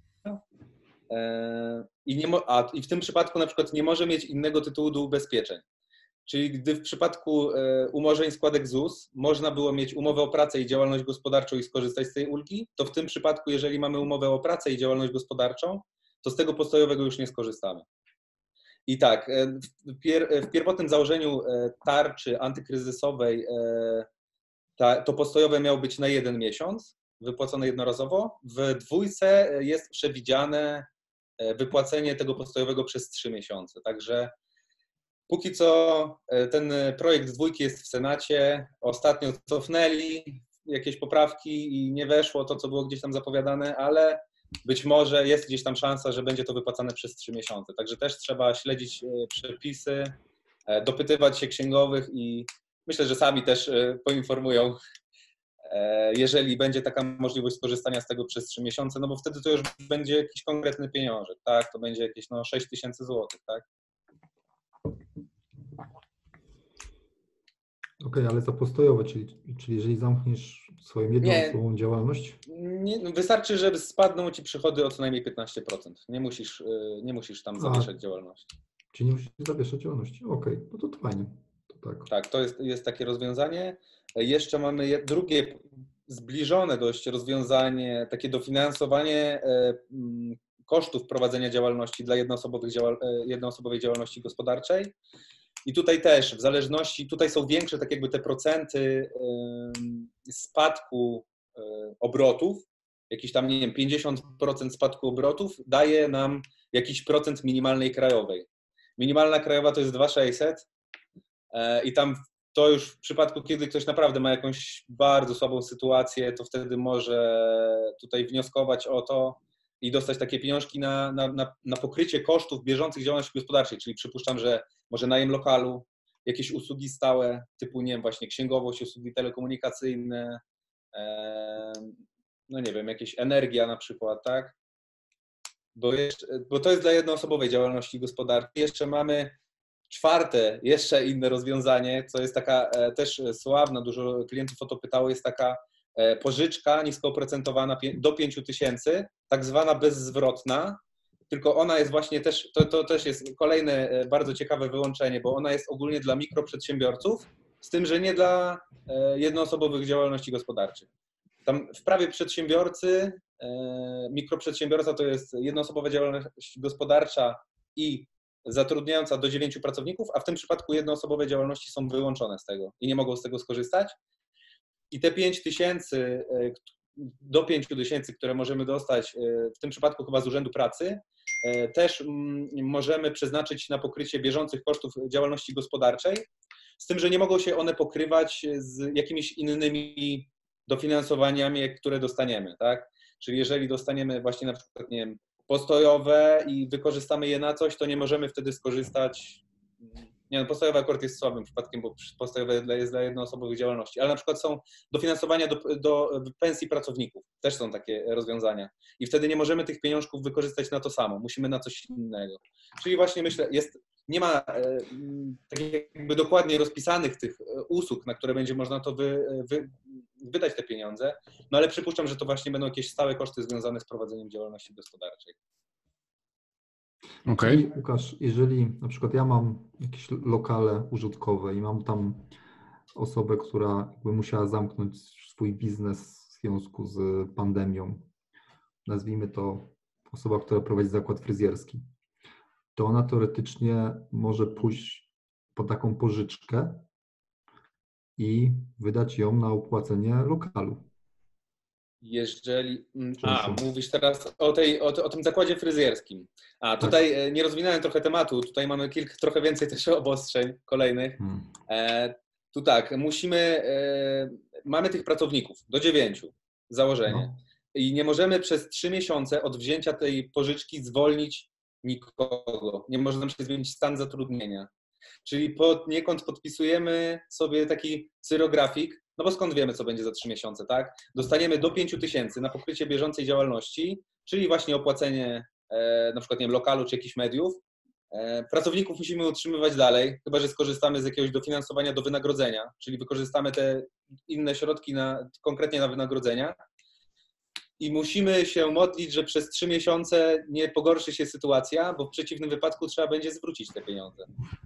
Speaker 3: I, nie mo- a, I w tym przypadku na przykład nie może mieć innego tytułu do ubezpieczeń. Czyli gdy w przypadku umorzeń składek Z U S można było mieć umowę o pracę i działalność gospodarczą i skorzystać z tej ulgi, to w tym przypadku, jeżeli mamy umowę o pracę i działalność gospodarczą, to z tego postojowego już nie skorzystamy. I tak, w, pier- w pierwotnym założeniu tarczy antykryzysowej ta, to postojowe miało być na jeden miesiąc, wypłacone jednorazowo. W dwójce jest przewidziane wypłacenie tego postojowego przez trzy miesiące. Także póki co ten projekt dwójki jest w Senacie. Ostatnio cofnęli jakieś poprawki i nie weszło to, co było gdzieś tam zapowiadane, ale być może jest gdzieś tam szansa, że będzie to wypłacane przez trzy miesiące. Także też trzeba śledzić przepisy, dopytywać się księgowych i myślę, że sami też poinformują, jeżeli będzie taka możliwość skorzystania z tego przez trzy miesiące, no bo wtedy to już będzie jakiś konkretny pieniążek, tak? To będzie jakieś no sześć tysięcy złotych, tak?
Speaker 2: Okej, okay, ale za postojowe, czyli, czyli jeżeli zamkniesz swoją jednoosobową działalność?
Speaker 3: Nie, no wystarczy, że spadną ci przychody o co najmniej piętnaście procent. Nie musisz, nie musisz tam zawieszać A, działalności.
Speaker 2: Czyli nie musisz zawieszać działalności. Okej, okay, no to, to fajnie. To tak.
Speaker 3: Tak, to jest, jest takie rozwiązanie. Jeszcze mamy drugie zbliżone dość rozwiązanie, takie dofinansowanie kosztów prowadzenia działalności dla jednoosobowych działal, jednoosobowej działalności gospodarczej. I tutaj też w zależności, tutaj są większe tak jakby te procenty spadku obrotów, jakiś tam, nie wiem, pięćdziesiąt procent spadku obrotów daje nam jakiś procent minimalnej krajowej. Minimalna krajowa to jest dwa tysiące sześćset i tam to już w przypadku, kiedy ktoś naprawdę ma jakąś bardzo słabą sytuację, to wtedy może tutaj wnioskować o to i dostać takie pieniążki na, na, na, na pokrycie kosztów bieżących działalności gospodarczej, czyli przypuszczam, że może najem lokalu, jakieś usługi stałe, typu, nie wiem, właśnie księgowość, usługi telekomunikacyjne, e, no nie wiem, jakieś energia na przykład, tak? Bo, jeszcze, bo to jest dla jednoosobowej działalności gospodarczej. Jeszcze mamy czwarte, jeszcze inne rozwiązanie, co jest taka e, też sławna, dużo klientów o to pytało, jest taka e, pożyczka nisko oprocentowana do pięciu tysięcy, tak zwana bezzwrotna, tylko ona jest właśnie też, to, to też jest kolejne e, bardzo ciekawe wyłączenie, bo ona jest ogólnie dla mikroprzedsiębiorców, z tym, że nie dla e, jednoosobowych działalności gospodarczych. Tam w prawie przedsiębiorcy, e, mikroprzedsiębiorca to jest jednoosobowa działalność gospodarcza i zatrudniająca do dziewięciu pracowników, a w tym przypadku jednoosobowe działalności są wyłączone z tego i nie mogą z tego skorzystać. I te pięć tysięcy do pięciu tysięcy, które możemy dostać, w tym przypadku chyba z Urzędu Pracy, też możemy przeznaczyć na pokrycie bieżących kosztów działalności gospodarczej, z tym, że nie mogą się one pokrywać z jakimiś innymi dofinansowaniami, które dostaniemy, tak? Czyli jeżeli dostaniemy właśnie na przykład, nie wiem, postojowe i wykorzystamy je na coś, to nie możemy wtedy skorzystać. Nie no, postojowy akurat jest słabym przypadkiem, bo postojowe jest dla jednoosobowych działalności, ale na przykład są dofinansowania do, do pensji pracowników, też są takie rozwiązania i wtedy nie możemy tych pieniążków wykorzystać na to samo, musimy na coś innego. Czyli właśnie myślę, jest, nie ma e, tak jakby dokładnie rozpisanych tych usług, na które będzie można to wy, wy, wydać te pieniądze, no ale przypuszczam, że to właśnie będą jakieś stałe koszty związane z prowadzeniem działalności gospodarczej.
Speaker 1: Okej.
Speaker 2: Okay. Łukasz, jeżeli na przykład ja mam jakieś lokale użytkowe i mam tam osobę, która jakby musiała zamknąć swój biznes w związku z pandemią, nazwijmy to osoba, która prowadzi zakład fryzjerski, to ona teoretycznie może pójść po taką pożyczkę i wydać ją na opłacenie lokalu.
Speaker 3: Jeżeli... A, mówisz teraz o, tej, o, o tym zakładzie fryzjerskim. A, tutaj tak. Nie rozwinąłem trochę tematu, tutaj mamy kilka, trochę więcej też obostrzeń kolejnych. Hmm. E, tu tak, musimy... E, mamy tych pracowników do dziewięciu, założenie. No. I nie możemy przez trzy miesiące od wzięcia tej pożyczki zwolnić nikogo. Nie może nam się zmienić stan zatrudnienia. Czyli poniekąd podpisujemy sobie taki cyrografik, no bo skąd wiemy, co będzie za trzy miesiące, tak? Dostaniemy do pięciu tysięcy na pokrycie bieżącej działalności, czyli właśnie opłacenie e, na przykład, nie wiem, lokalu czy jakichś mediów. E, pracowników musimy utrzymywać dalej, chyba że skorzystamy z jakiegoś dofinansowania do wynagrodzenia, czyli wykorzystamy te inne środki na, konkretnie na wynagrodzenia. I musimy się modlić, że przez trzy miesiące nie pogorszy się sytuacja, bo w przeciwnym wypadku trzeba będzie zwrócić te pieniądze.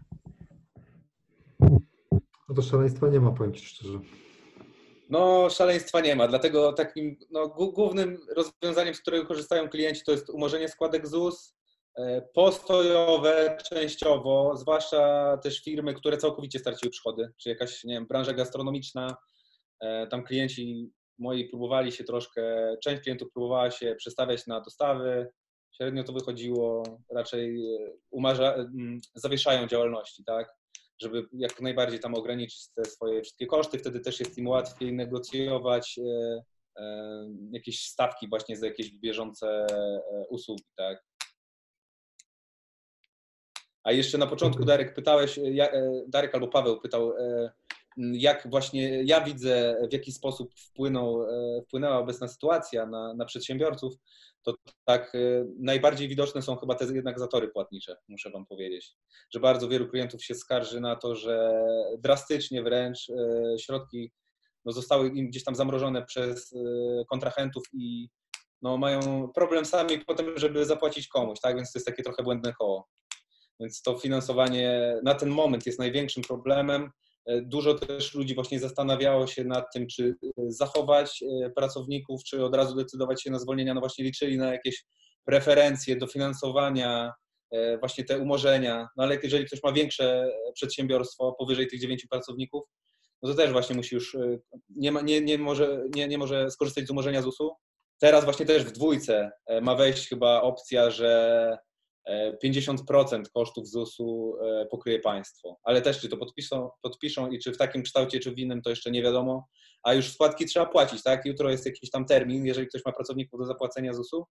Speaker 2: No to szaleństwa nie ma, powiem Ci szczerze.
Speaker 3: No, szaleństwa nie ma, dlatego takim no, głównym rozwiązaniem, z którego korzystają klienci, to jest umorzenie składek Z U S, postojowe częściowo, zwłaszcza też firmy, które całkowicie straciły przychody, czy jakaś, nie wiem, branża gastronomiczna, tam klienci moi próbowali się troszkę, część klientów próbowała się przestawiać na dostawy, średnio to wychodziło, raczej umarza, zawieszają działalności, tak? Żeby jak najbardziej tam ograniczyć te swoje wszystkie koszty, wtedy też jest im łatwiej negocjować e, e, jakieś stawki właśnie za jakieś bieżące usługi, tak? A jeszcze na początku, Darek, pytałeś, ja, Darek albo Paweł pytał, jak właśnie ja widzę, w jaki sposób wpłynął, wpłynęła obecna sytuacja na, na przedsiębiorców, to tak najbardziej widoczne są chyba te jednak zatory płatnicze, muszę Wam powiedzieć, że bardzo wielu klientów się skarży na to, że drastycznie wręcz środki no, zostały im gdzieś tam zamrożone przez kontrahentów i no, mają problem sami potem, żeby zapłacić komuś, tak? Więc to jest takie trochę błędne koło. Więc to finansowanie na ten moment jest największym problemem. Dużo też ludzi właśnie zastanawiało się nad tym, czy zachować pracowników, czy od razu decydować się na zwolnienia. No właśnie liczyli na jakieś preferencje, dofinansowania, właśnie te umorzenia. No ale jeżeli ktoś ma większe przedsiębiorstwo powyżej tych dziewięciu pracowników, no to też właśnie musi już, nie, ma, nie, nie, może, nie, nie może skorzystać z umorzenia Z U S-u. Teraz właśnie też w dwójce ma wejść chyba opcja, że pięćdziesiąt procent kosztów Z U S-u pokryje państwo, ale też czy to podpiszą, podpiszą i czy w takim kształcie, czy w innym, to jeszcze nie wiadomo, a już składki trzeba płacić, tak? Jutro jest jakiś tam termin, jeżeli ktoś ma pracowników do zapłacenia Z U S-u,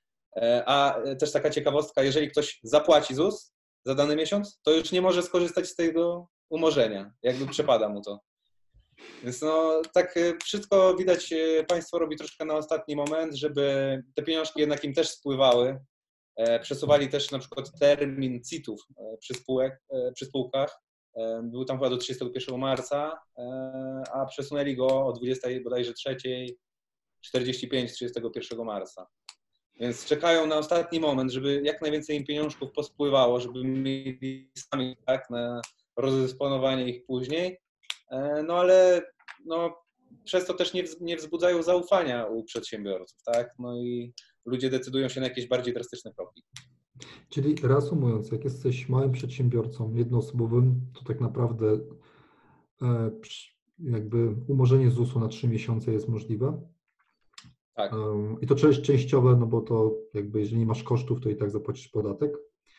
Speaker 3: a też taka ciekawostka, jeżeli ktoś zapłaci Z U S za dany miesiąc, to już nie może skorzystać z tego umorzenia, jakby przepada mu to. Więc no tak wszystko widać, państwo robi troszkę na ostatni moment, żeby te pieniążki jednak im też spływały. Przesuwali też na przykład termin C I T-ów przy, spółek, przy spółkach. Był tam chyba do trzydziestego pierwszego marca, a przesunęli go o dwudziestej bodajże trzeciej czterdzieści pięć trzydziestego pierwszego marca. Więc czekają na ostatni moment, żeby jak najwięcej im pieniążków pospływało, żeby mieli sami tak na rozdysponowanie ich później. No ale no, przez to też nie, nie wzbudzają zaufania u przedsiębiorców, tak? No i ludzie decydują się na jakieś bardziej drastyczne kroki.
Speaker 2: Czyli reasumując, jak jesteś małym przedsiębiorcą jednoosobowym, to tak naprawdę e, jakby umorzenie zusu na trzy miesiące jest możliwe.
Speaker 3: Tak.
Speaker 2: E, I to część częściowe, no bo to jakby jeżeli nie masz kosztów, to i tak zapłacisz podatek.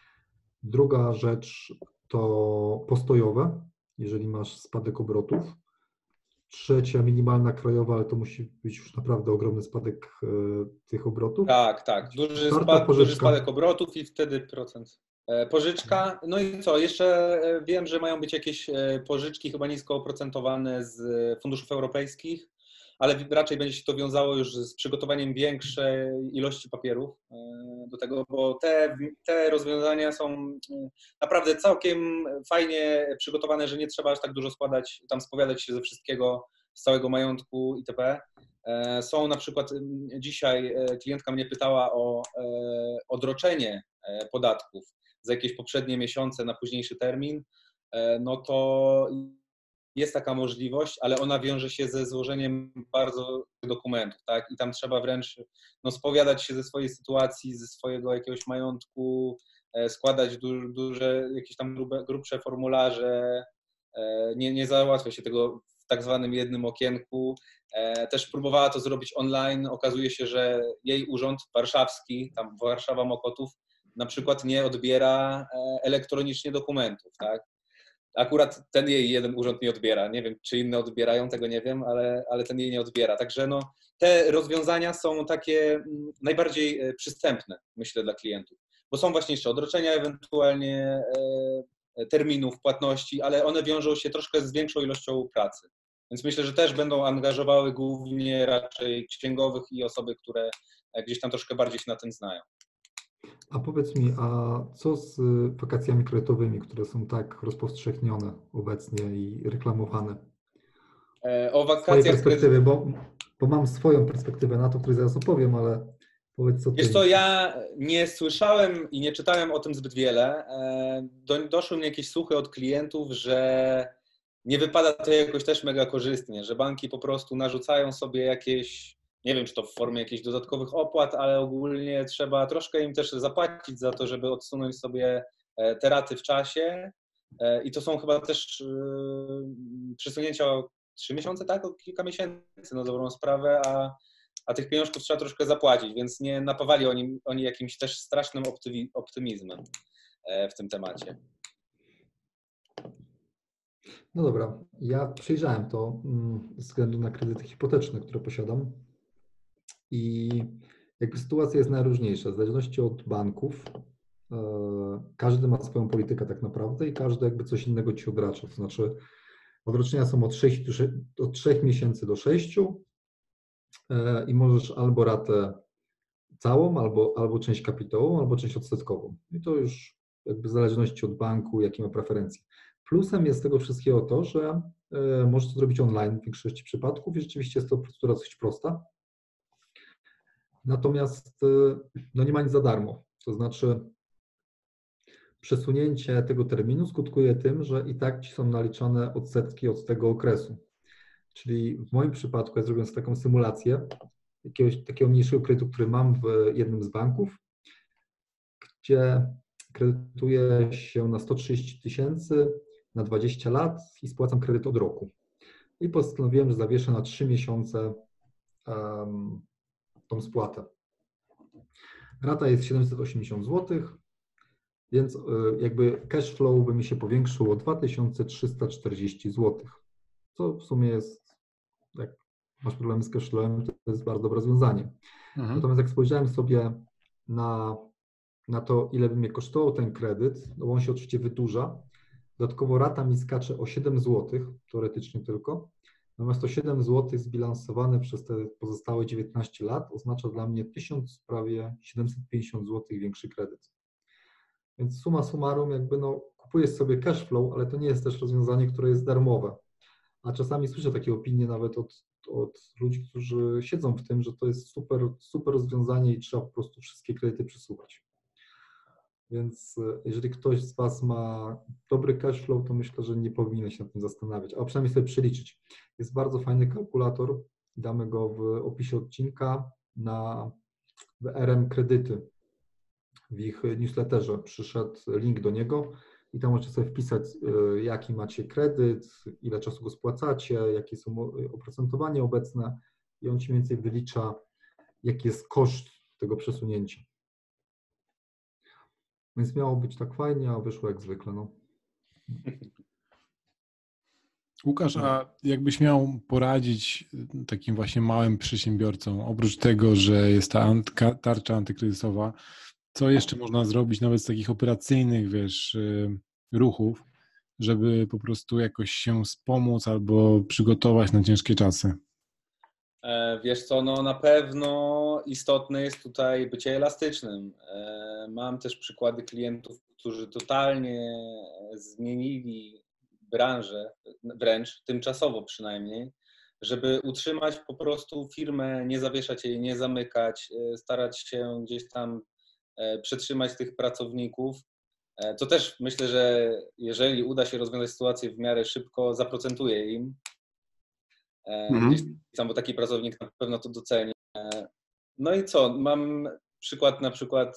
Speaker 2: Druga rzecz to postojowe, jeżeli masz spadek obrotów. Trzecia minimalna krajowa, ale to musi być już naprawdę ogromny spadek e, tych obrotów.
Speaker 3: Tak, tak. Duży,
Speaker 2: Czwarta
Speaker 3: spad, duży
Speaker 2: pożyczka.
Speaker 3: spadek obrotów i wtedy procent. E, Pożyczka, no i co? Jeszcze e, wiem, że mają być jakieś e, pożyczki chyba nisko oprocentowane z funduszów europejskich, ale raczej będzie się to wiązało już z przygotowaniem większej ilości papierów e, do tego, bo te, te rozwiązania są e, naprawdę całkiem fajnie przygotowane, że nie trzeba aż tak dużo składać, tam spowiadać się ze wszystkiego, z całego majątku itp. E, Są na przykład m, dzisiaj e, klientka mnie pytała o e, odroczenie e, podatków za jakieś poprzednie miesiące na późniejszy termin, e, no to jest taka możliwość, ale ona wiąże się ze złożeniem bardzo dokumentów, tak? I tam trzeba wręcz no, spowiadać się ze swojej sytuacji, ze swojego jakiegoś majątku, e, składać du, duże, jakieś tam grube, grubsze formularze. E, Nie, nie załatwia się tego w tak zwanym jednym okienku. E, Też próbowała to zrobić online. Okazuje się, że jej urząd warszawski, tam Warszawa Mokotów, na przykład nie odbiera e, elektronicznie dokumentów, tak? Akurat ten jej jeden urząd nie odbiera. Nie wiem, czy inne odbierają, tego nie wiem, ale, ale ten jej nie odbiera. Także no, te rozwiązania są takie mm, najbardziej e, przystępne, myślę, dla klientów. Bo są właśnie jeszcze odroczenia ewentualnie e, terminów płatności, ale one wiążą się troszkę z większą ilością pracy. Więc myślę, że też będą angażowały głównie raczej księgowych i osoby, które e, gdzieś tam troszkę bardziej się na tym znają.
Speaker 2: A powiedz mi, a co z wakacjami kredytowymi, które są tak rozpowszechnione obecnie i reklamowane?
Speaker 3: E, O
Speaker 2: Z twojej
Speaker 3: wakacjach
Speaker 2: perspektywy, bo, bo mam swoją perspektywę na to, której zaraz opowiem, ale powiedz co ty.
Speaker 3: Wiesz co, ja nie słyszałem i nie czytałem o tym zbyt wiele. E, Do, doszły mnie jakieś słuchy od klientów, że nie wypada to jakoś też mega korzystnie, że banki po prostu narzucają sobie jakieś, nie wiem czy to w formie jakichś dodatkowych opłat, ale ogólnie trzeba troszkę im też zapłacić za to, żeby odsunąć sobie e, te raty w czasie. E, I to są chyba też e, przesunięcia o trzy miesiące, tak? O kilka miesięcy na dobrą sprawę, a a tych pieniążków trzeba troszkę zapłacić, więc nie napawali oni, oni jakimś też strasznym optymizmem w tym temacie.
Speaker 2: No dobra, ja przejrzałem to ze względu na kredyty hipoteczne, które posiadam i jakby sytuacja jest najróżniejsza, w zależności od banków. Każdy ma swoją politykę tak naprawdę i każdy jakby coś innego ci odracza, to znaczy odroczenia są od, sześciu, od trzech miesięcy do sześciu i możesz albo ratę całą, albo, albo część kapitałową, albo część odsetkową. I to już jakby w zależności od banku, jakie ma preferencje. Plusem jest tego wszystkiego to, że y, możesz to zrobić online w większości przypadków i rzeczywiście jest to procedura dosyć prosta. Natomiast y, no nie ma nic za darmo. To znaczy przesunięcie tego terminu skutkuje tym, że i tak ci są naliczane odsetki od tego okresu. Czyli w moim przypadku, ja zrobiłem taką symulację jakiegoś takiego mniejszego kredytu, który mam w jednym z banków, gdzie kredytuję się na sto trzydzieści tysięcy na dwadzieścia lat i spłacam kredyt od roku. I postanowiłem, że zawieszę na trzy miesiące um, tą spłatę. Rata jest siedemset osiemdziesiąt złotych, więc jakby cash flow by mi się powiększył o dwa tysiące trzysta czterdzieści złotych, co w sumie jest, jak masz problemy z cash flowem, to jest bardzo dobre rozwiązanie. Mhm. Natomiast jak spojrzałem sobie na, na to, ile by mnie kosztował ten kredyt, no bo on się oczywiście wydłuża, dodatkowo rata mi skacze o siedem złotych, teoretycznie tylko, natomiast to siedem złotych zbilansowane przez te pozostałe dziewiętnaście lat oznacza dla mnie tysiąc, prawie siedemset pięćdziesiąt złotych większy kredyt. Więc summa summarum jakby no kupujesz sobie cash flow, ale to nie jest też rozwiązanie, które jest darmowe. A czasami słyszę takie opinie nawet od, od ludzi, którzy siedzą w tym, że to jest super, super rozwiązanie i trzeba po prostu wszystkie kredyty przesuwać. Więc jeżeli ktoś z Was ma dobry cash flow, to myślę, że nie powinien się nad tym zastanawiać, a przynajmniej sobie przeliczyć. Jest bardzo fajny kalkulator, damy go w opisie odcinka na w R M Kredyty. w ich newsletterze przyszedł link do niego i tam możecie sobie wpisać, jaki macie kredyt, ile czasu go spłacacie, jakie są oprocentowanie obecne i on ci mniej więcej wylicza, jaki jest koszt tego przesunięcia. Więc miało być tak fajnie, a wyszło jak zwykle. No.
Speaker 1: Łukasz, a jakbyś miał poradzić takim właśnie małym przedsiębiorcom, oprócz tego, że jest ta antka, tarcza antykryzysowa, co jeszcze można zrobić nawet z takich operacyjnych, wiesz, ruchów, żeby po prostu jakoś się wspomóc albo przygotować na ciężkie czasy?
Speaker 3: Wiesz co, no na pewno istotne jest tutaj bycie elastycznym. Mam też przykłady klientów, którzy totalnie zmienili branżę, wręcz tymczasowo przynajmniej, żeby utrzymać po prostu firmę, nie zawieszać jej, nie zamykać, starać się gdzieś tam przetrzymać tych pracowników. To też myślę, że jeżeli uda się rozwiązać sytuację w miarę szybko, zaprocentuje im. Mhm. Gdzieś tam, bo taki pracownik na pewno to doceni. No i co? Mam przykład, na przykład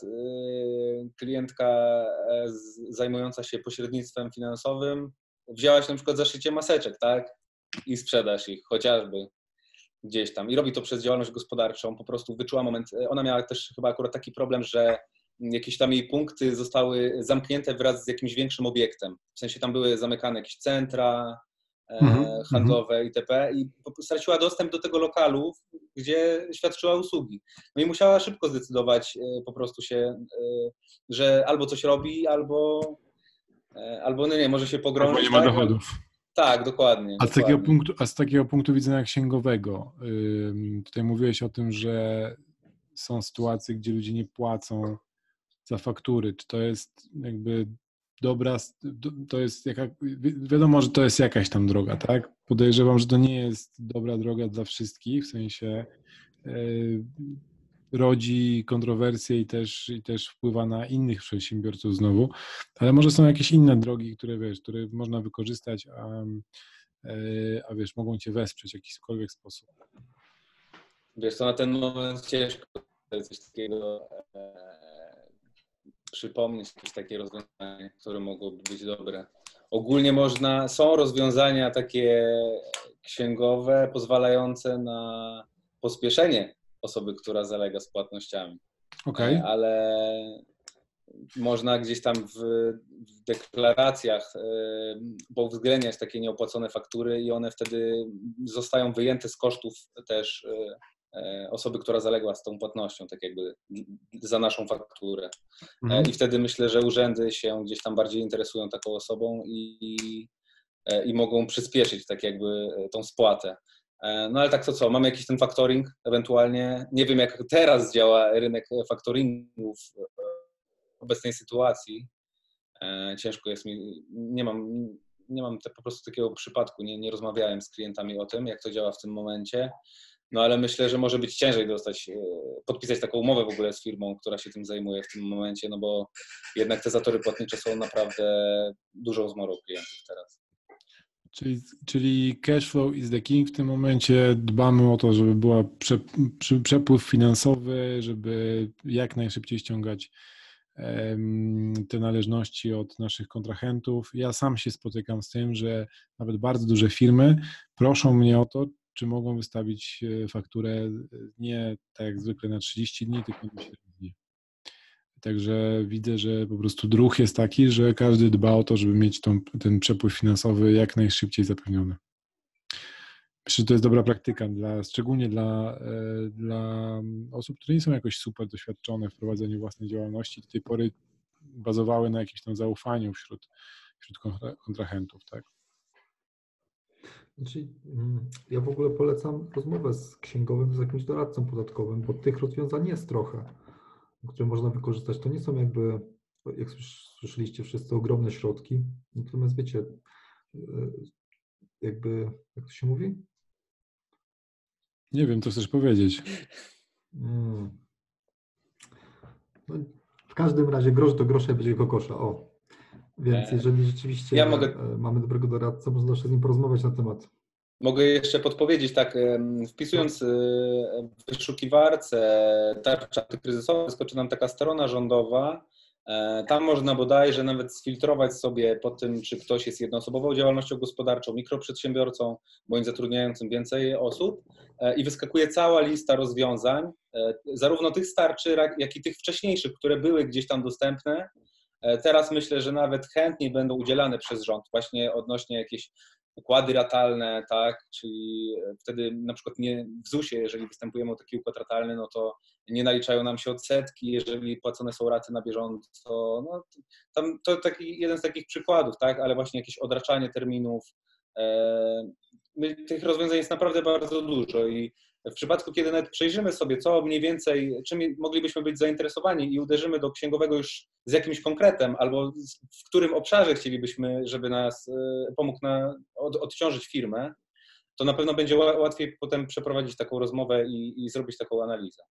Speaker 3: klientka zajmująca się pośrednictwem finansowym wzięła się na przykład za szycie maseczek, tak? I sprzedaż ich chociażby gdzieś tam. I robi to przez działalność gospodarczą. Po prostu wyczuła moment. Ona miała też chyba akurat taki problem, że jakieś tam jej punkty zostały zamknięte wraz z jakimś większym obiektem. W sensie tam były zamykane jakieś centra mm-hmm. handlowe itp. I straciła dostęp do tego lokalu, gdzie świadczyła usługi. No i musiała szybko zdecydować po prostu się, że albo coś robi, albo albo no nie, może się pogrążyć.
Speaker 1: Albo nie ma
Speaker 3: tak?
Speaker 1: dochodów.
Speaker 3: Tak, dokładnie.
Speaker 1: A z,
Speaker 3: dokładnie.
Speaker 1: takiego punktu, a z takiego punktu widzenia księgowego, yy, tutaj mówiłeś o tym, że są sytuacje, gdzie ludzie nie płacą za faktury. Czy to jest jakby dobra, to jest jaka, wi- wiadomo, że to jest jakaś tam droga, tak? Podejrzewam, że to nie jest dobra droga dla wszystkich, w sensie yy, rodzi kontrowersje i też, i też wpływa na innych przedsiębiorców znowu, ale może są jakieś inne drogi, które wiesz, które można wykorzystać, a, a wiesz, mogą cię wesprzeć w jakikolwiek sposób.
Speaker 3: Wiesz co, na ten moment ciężko coś takiego e, przypomnieć, jakieś takie rozwiązanie, które mogłoby być dobre. Ogólnie można, są rozwiązania takie księgowe pozwalające na pospieszenie osoby, która zalega z płatnościami.
Speaker 1: Okay.
Speaker 3: Ale można gdzieś tam w, w deklaracjach uwzględniać takie nieopłacone faktury i one wtedy zostają wyjęte z kosztów też osoby, która zaległa z tą płatnością, tak jakby za naszą fakturę. Mhm. I wtedy myślę, że urzędy się gdzieś tam bardziej interesują taką osobą i, i, i mogą przyspieszyć tak jakby tą spłatę. No ale tak to co, mamy jakiś ten factoring ewentualnie. Nie wiem, jak teraz działa rynek factoringów w obecnej sytuacji. Ciężko jest mi, nie mam, nie mam te, po prostu takiego przypadku, nie, nie rozmawiałem z klientami o tym, jak to działa w tym momencie. No ale myślę, że może być ciężej dostać, podpisać taką umowę w ogóle z firmą, która się tym zajmuje w tym momencie, no bo jednak te zatory płatnicze są naprawdę dużą zmorą klientów teraz.
Speaker 1: Czyli, czyli cash flow is the king. W tym momencie dbamy o to, żeby był prze, prze, przepływ finansowy, żeby jak najszybciej ściągać um, te należności od naszych kontrahentów. Ja sam się spotykam z tym, że nawet bardzo duże firmy proszą mnie o to, czy mogą wystawić fakturę nie tak jak zwykle na trzydzieści dni, tylko na siedem dni. Także widzę, że po prostu druh jest taki, że każdy dba o to, żeby mieć tą, ten przepływ finansowy jak najszybciej zapewniony. Myślę, że to jest dobra praktyka, dla, szczególnie dla, dla osób, które nie są jakoś super doświadczone w prowadzeniu własnej działalności. Do tej pory bazowały na jakimś tam zaufaniu wśród, wśród kontrahentów, tak?
Speaker 2: Znaczy, ja w ogóle polecam rozmowę z księgowym, z jakimś doradcą podatkowym, bo tych rozwiązań jest trochę, które można wykorzystać. To nie są jakby, jak słyszeliście wszyscy, ogromne środki, natomiast wiecie, jakby, jak to się mówi?
Speaker 1: Nie wiem, co chcesz powiedzieć.
Speaker 2: Hmm. No, w każdym razie grosz do grosza będzie kokosza, o. Więc jeżeli rzeczywiście ja mogę... mamy dobrego doradcę, można zawsze z nim porozmawiać na temat
Speaker 3: Mogę jeszcze podpowiedzieć, tak, wpisując w wyszukiwarce tarcza antykryzysowa, wyskoczy nam taka strona rządowa. Tam można bodajże nawet sfiltrować sobie po tym, czy ktoś jest jednoosobową działalnością gospodarczą, mikroprzedsiębiorcą, bądź zatrudniającym więcej osób i wyskakuje cała lista rozwiązań, zarówno tych z tarczy, jak i tych wcześniejszych, które były gdzieś tam dostępne. Teraz myślę, że nawet chętniej będą udzielane przez rząd, właśnie odnośnie jakieś układy ratalne, tak, czyli wtedy na przykład nie w zusie, jeżeli występujemy o taki układ ratalny, no to nie naliczają nam się odsetki, jeżeli płacone są raty na bieżąco, no tam to taki jeden z takich przykładów, tak, ale właśnie jakieś odraczanie terminów, e, tych rozwiązań jest naprawdę bardzo dużo i w przypadku, kiedy nawet przejrzymy sobie, co mniej więcej, czym moglibyśmy być zainteresowani i uderzymy do księgowego już z jakimś konkretem, albo w którym obszarze chcielibyśmy, żeby nas pomógł na, od, odciążyć firmę, to na pewno będzie łatwiej potem przeprowadzić taką rozmowę i, i zrobić taką analizę.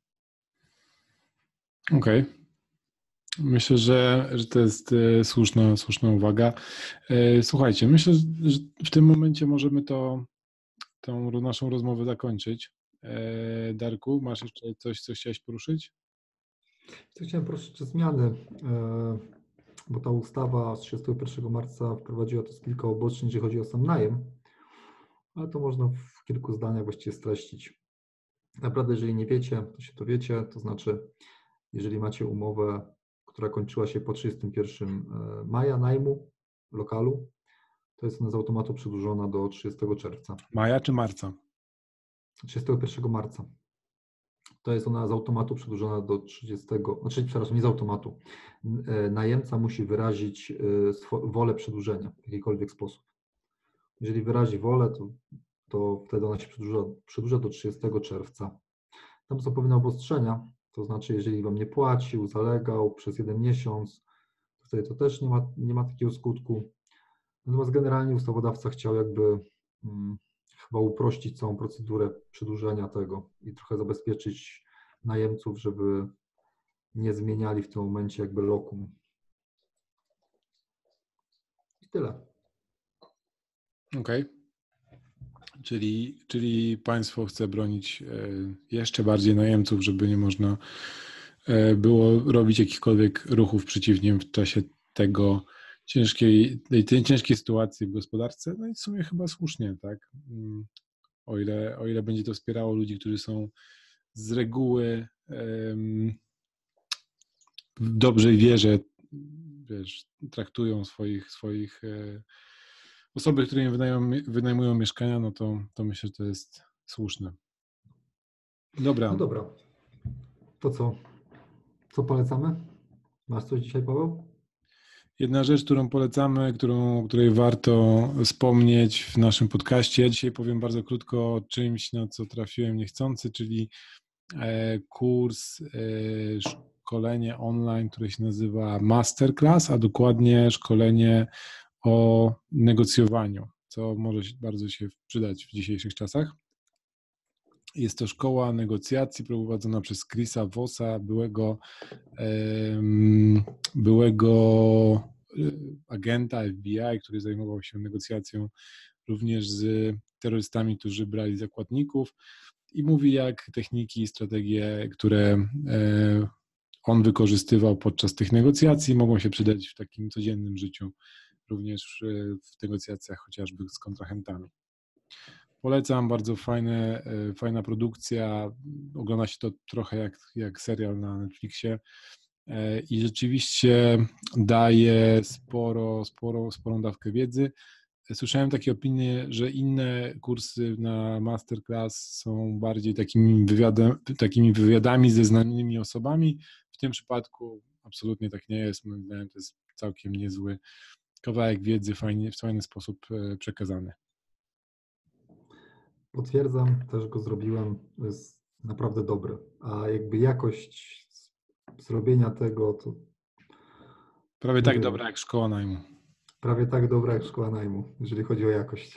Speaker 1: Okej. Okay. Myślę, że, że to jest słuszna, słuszna uwaga. Słuchajcie, myślę, że w tym momencie możemy to tą naszą rozmowę zakończyć. Darku, masz jeszcze coś, co chciałeś poruszyć?
Speaker 2: Chciałem poruszyć zmiany, bo ta ustawa z trzydziestego pierwszego marca wprowadziła też kilka obostrzeń, jeżeli chodzi o sam najem, ale to można w kilku zdaniach właściwie streścić. Naprawdę, jeżeli nie wiecie, to się dowiecie, to znaczy, jeżeli macie umowę, która kończyła się po trzydziestego pierwszego maja najmu lokalu, to jest ona z automatu przedłużona do trzydziestego czerwca.
Speaker 1: Maja czy marca?
Speaker 2: trzydziestego pierwszego marca. To jest ona z automatu przedłużona do trzydziestego, znaczy, przepraszam, nie z automatu. Najemca musi wyrazić wolę przedłużenia w jakikolwiek sposób. Jeżeli wyrazi wolę, to, to wtedy ona się przedłuża, przedłuża do trzydziestego czerwca. Tam są pewne obostrzenia, to znaczy, jeżeli Wam nie płacił, zalegał przez jeden miesiąc, to wtedy to też nie ma, nie ma takiego skutku. Natomiast generalnie ustawodawca chciał jakby hmm, chyba uprościć całą procedurę przedłużenia tego i trochę zabezpieczyć najemców, żeby nie zmieniali w tym momencie jakby lokum. I tyle.
Speaker 1: Okej. Okay. Czyli, czyli państwo chce bronić jeszcze bardziej najemców, żeby nie można było robić jakichkolwiek ruchów przeciwnie w czasie tego ciężkiej, tej, tej ciężkiej sytuacji w gospodarce. No i w sumie chyba słusznie, tak? O ile, o ile będzie to wspierało ludzi, którzy są z reguły um, w dobrej wierze, wiesz, traktują swoich, swoich e, osoby, które im wynajmują, wynajmują mieszkania, no to, to myślę, że to jest słuszne. Dobra.
Speaker 2: No dobra. To co? Co polecamy? Masz coś dzisiaj, Paweł?
Speaker 1: Jedna rzecz, którą polecamy, którą, której warto wspomnieć w naszym podcaście. Ja dzisiaj powiem bardzo krótko o czymś, na co trafiłem niechcący, czyli kurs, szkolenie online, które się nazywa Masterclass, a dokładnie szkolenie o negocjowaniu, co może bardzo się przydać w dzisiejszych czasach. Jest to szkoła negocjacji prowadzona przez Chrisa Vossa, byłego, byłego agenta F B I, który zajmował się negocjacją również z terrorystami, którzy brali zakładników i mówi, jak techniki i strategie, które on wykorzystywał podczas tych negocjacji, mogą się przydać w takim codziennym życiu, również w negocjacjach chociażby z kontrahentami. Polecam, bardzo fajne, fajna produkcja, ogląda się to trochę jak, jak serial na Netflixie i rzeczywiście daje sporo, sporo, sporą dawkę wiedzy. Słyszałem takie opinie, że inne kursy na Masterclass są bardziej takimi, wywiadem, takimi wywiadami ze znanymi osobami. W tym przypadku absolutnie tak nie jest. Moim zdaniem to jest całkiem niezły kawałek wiedzy, fajnie, w fajny sposób przekazany.
Speaker 2: Potwierdzam, też go zrobiłem, jest naprawdę dobry, a jakby jakość zrobienia tego to...
Speaker 1: Prawie tak dobra jak szkoła najmu.
Speaker 2: Prawie tak dobra jak szkoła najmu, jeżeli chodzi o jakość.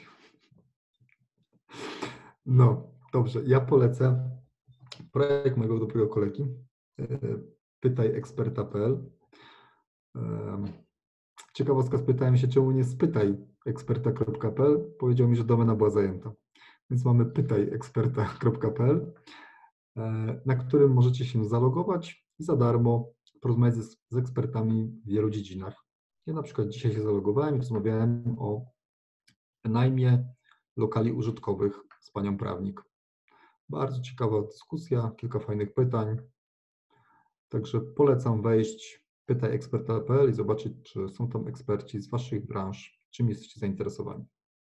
Speaker 2: No, dobrze, ja polecę projekt mojego dobrego kolegi, pytaj eksperta kropka p l. Ciekawostka, spytałem się, czemu nie spytaj eksperta kropka p l, powiedział mi, że domena była zajęta. Więc mamy pytaj eksperta kropka p l, na którym możecie się zalogować i za darmo porozmawiać z, z ekspertami w wielu dziedzinach. Ja na przykład dzisiaj się zalogowałem i rozmawiałem o najmie lokali użytkowych z panią prawnik. Bardzo ciekawa dyskusja, kilka fajnych pytań. Także polecam wejść pytaj eksperta kropka p l i zobaczyć, czy są tam eksperci z waszych branż, czym jesteście zainteresowani.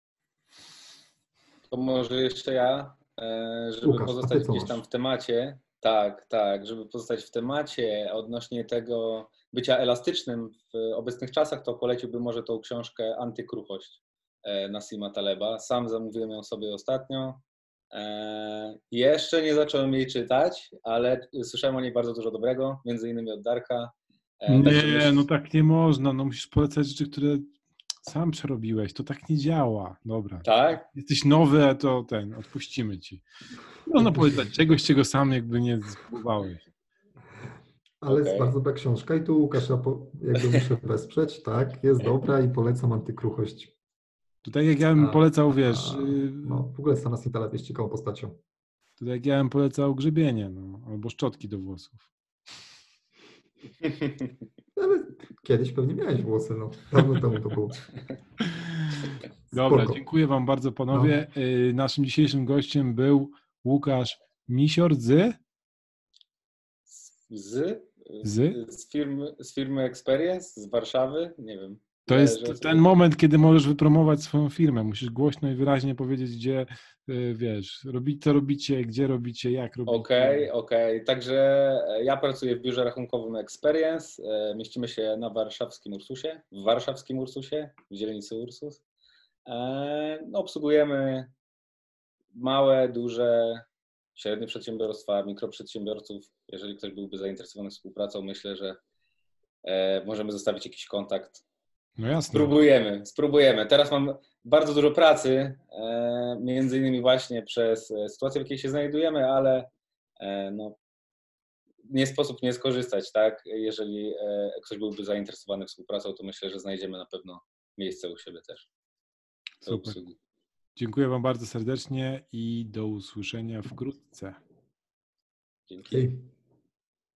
Speaker 3: To może jeszcze ja, żeby
Speaker 2: Łukasz, a
Speaker 3: pozostać
Speaker 2: ty co
Speaker 3: gdzieś tam
Speaker 2: masz?
Speaker 3: w temacie. Tak, tak, żeby pozostać w temacie odnośnie tego bycia elastycznym w obecnych czasach, to poleciłbym może tą książkę Antykruchość Nassima Taleba. Sam zamówiłem ją sobie ostatnio. Jeszcze nie zacząłem jej czytać, ale słyszałem o niej bardzo dużo dobrego, między innymi od Darka.
Speaker 1: Nie,
Speaker 3: myśl...
Speaker 1: no tak nie można. No musisz polecać rzeczy, które sam przerobiłeś. To tak nie działa. Dobra.
Speaker 3: Tak?
Speaker 1: Jesteś nowy, a to ten, odpuścimy ci. Można polecać czegoś, czego sam jakby nie spróbowałeś.
Speaker 2: Ale jest
Speaker 3: Okay.
Speaker 2: bardzo dobra książka i tu Łukasz, ja po, jakby muszę wesprzeć, tak, jest dobra i polecam Antykruchość.
Speaker 1: To tak jak ja bym polecał, wiesz...
Speaker 2: A, no, w ogóle Nassim Taleb jest ciekawą postacią.
Speaker 1: To tak jak ja bym polecał grzebienie, no, albo szczotki do włosów.
Speaker 2: Ale kiedyś pewnie miałeś włosy, no. Dawno temu to było.
Speaker 1: Dobra,
Speaker 2: Spoko.
Speaker 1: dziękuję wam bardzo, panowie. No. Naszym dzisiejszym gościem był Łukasz Misior z...
Speaker 3: Z?
Speaker 1: Z?
Speaker 3: Z firmy, z firmy Experience, z Warszawy, nie wiem.
Speaker 1: To jest ten moment, kiedy możesz wypromować swoją firmę. Musisz głośno i wyraźnie powiedzieć, gdzie, wiesz, robić, co robicie, gdzie robicie, jak robicie.
Speaker 3: Okej, okay, okej. Okay. Także ja pracuję w biurze rachunkowym Experience. Mieścimy się na warszawskim Ursusie, w warszawskim Ursusie, w dzielnicy Ursus. No, obsługujemy małe, duże, średnie przedsiębiorstwa, mikroprzedsiębiorców. Jeżeli ktoś byłby zainteresowany współpracą, myślę, że możemy zostawić jakiś kontakt.
Speaker 1: No jasne.
Speaker 3: Spróbujemy, spróbujemy. Teraz mam bardzo dużo pracy, między innymi właśnie przez sytuację, w jakiej się znajdujemy, ale no, nie sposób nie skorzystać, tak? Jeżeli ktoś byłby zainteresowany współpracą, to myślę, że znajdziemy na pewno miejsce u siebie też.
Speaker 1: Super. Dziękuję wam bardzo serdecznie i do usłyszenia wkrótce.
Speaker 3: Dzięki.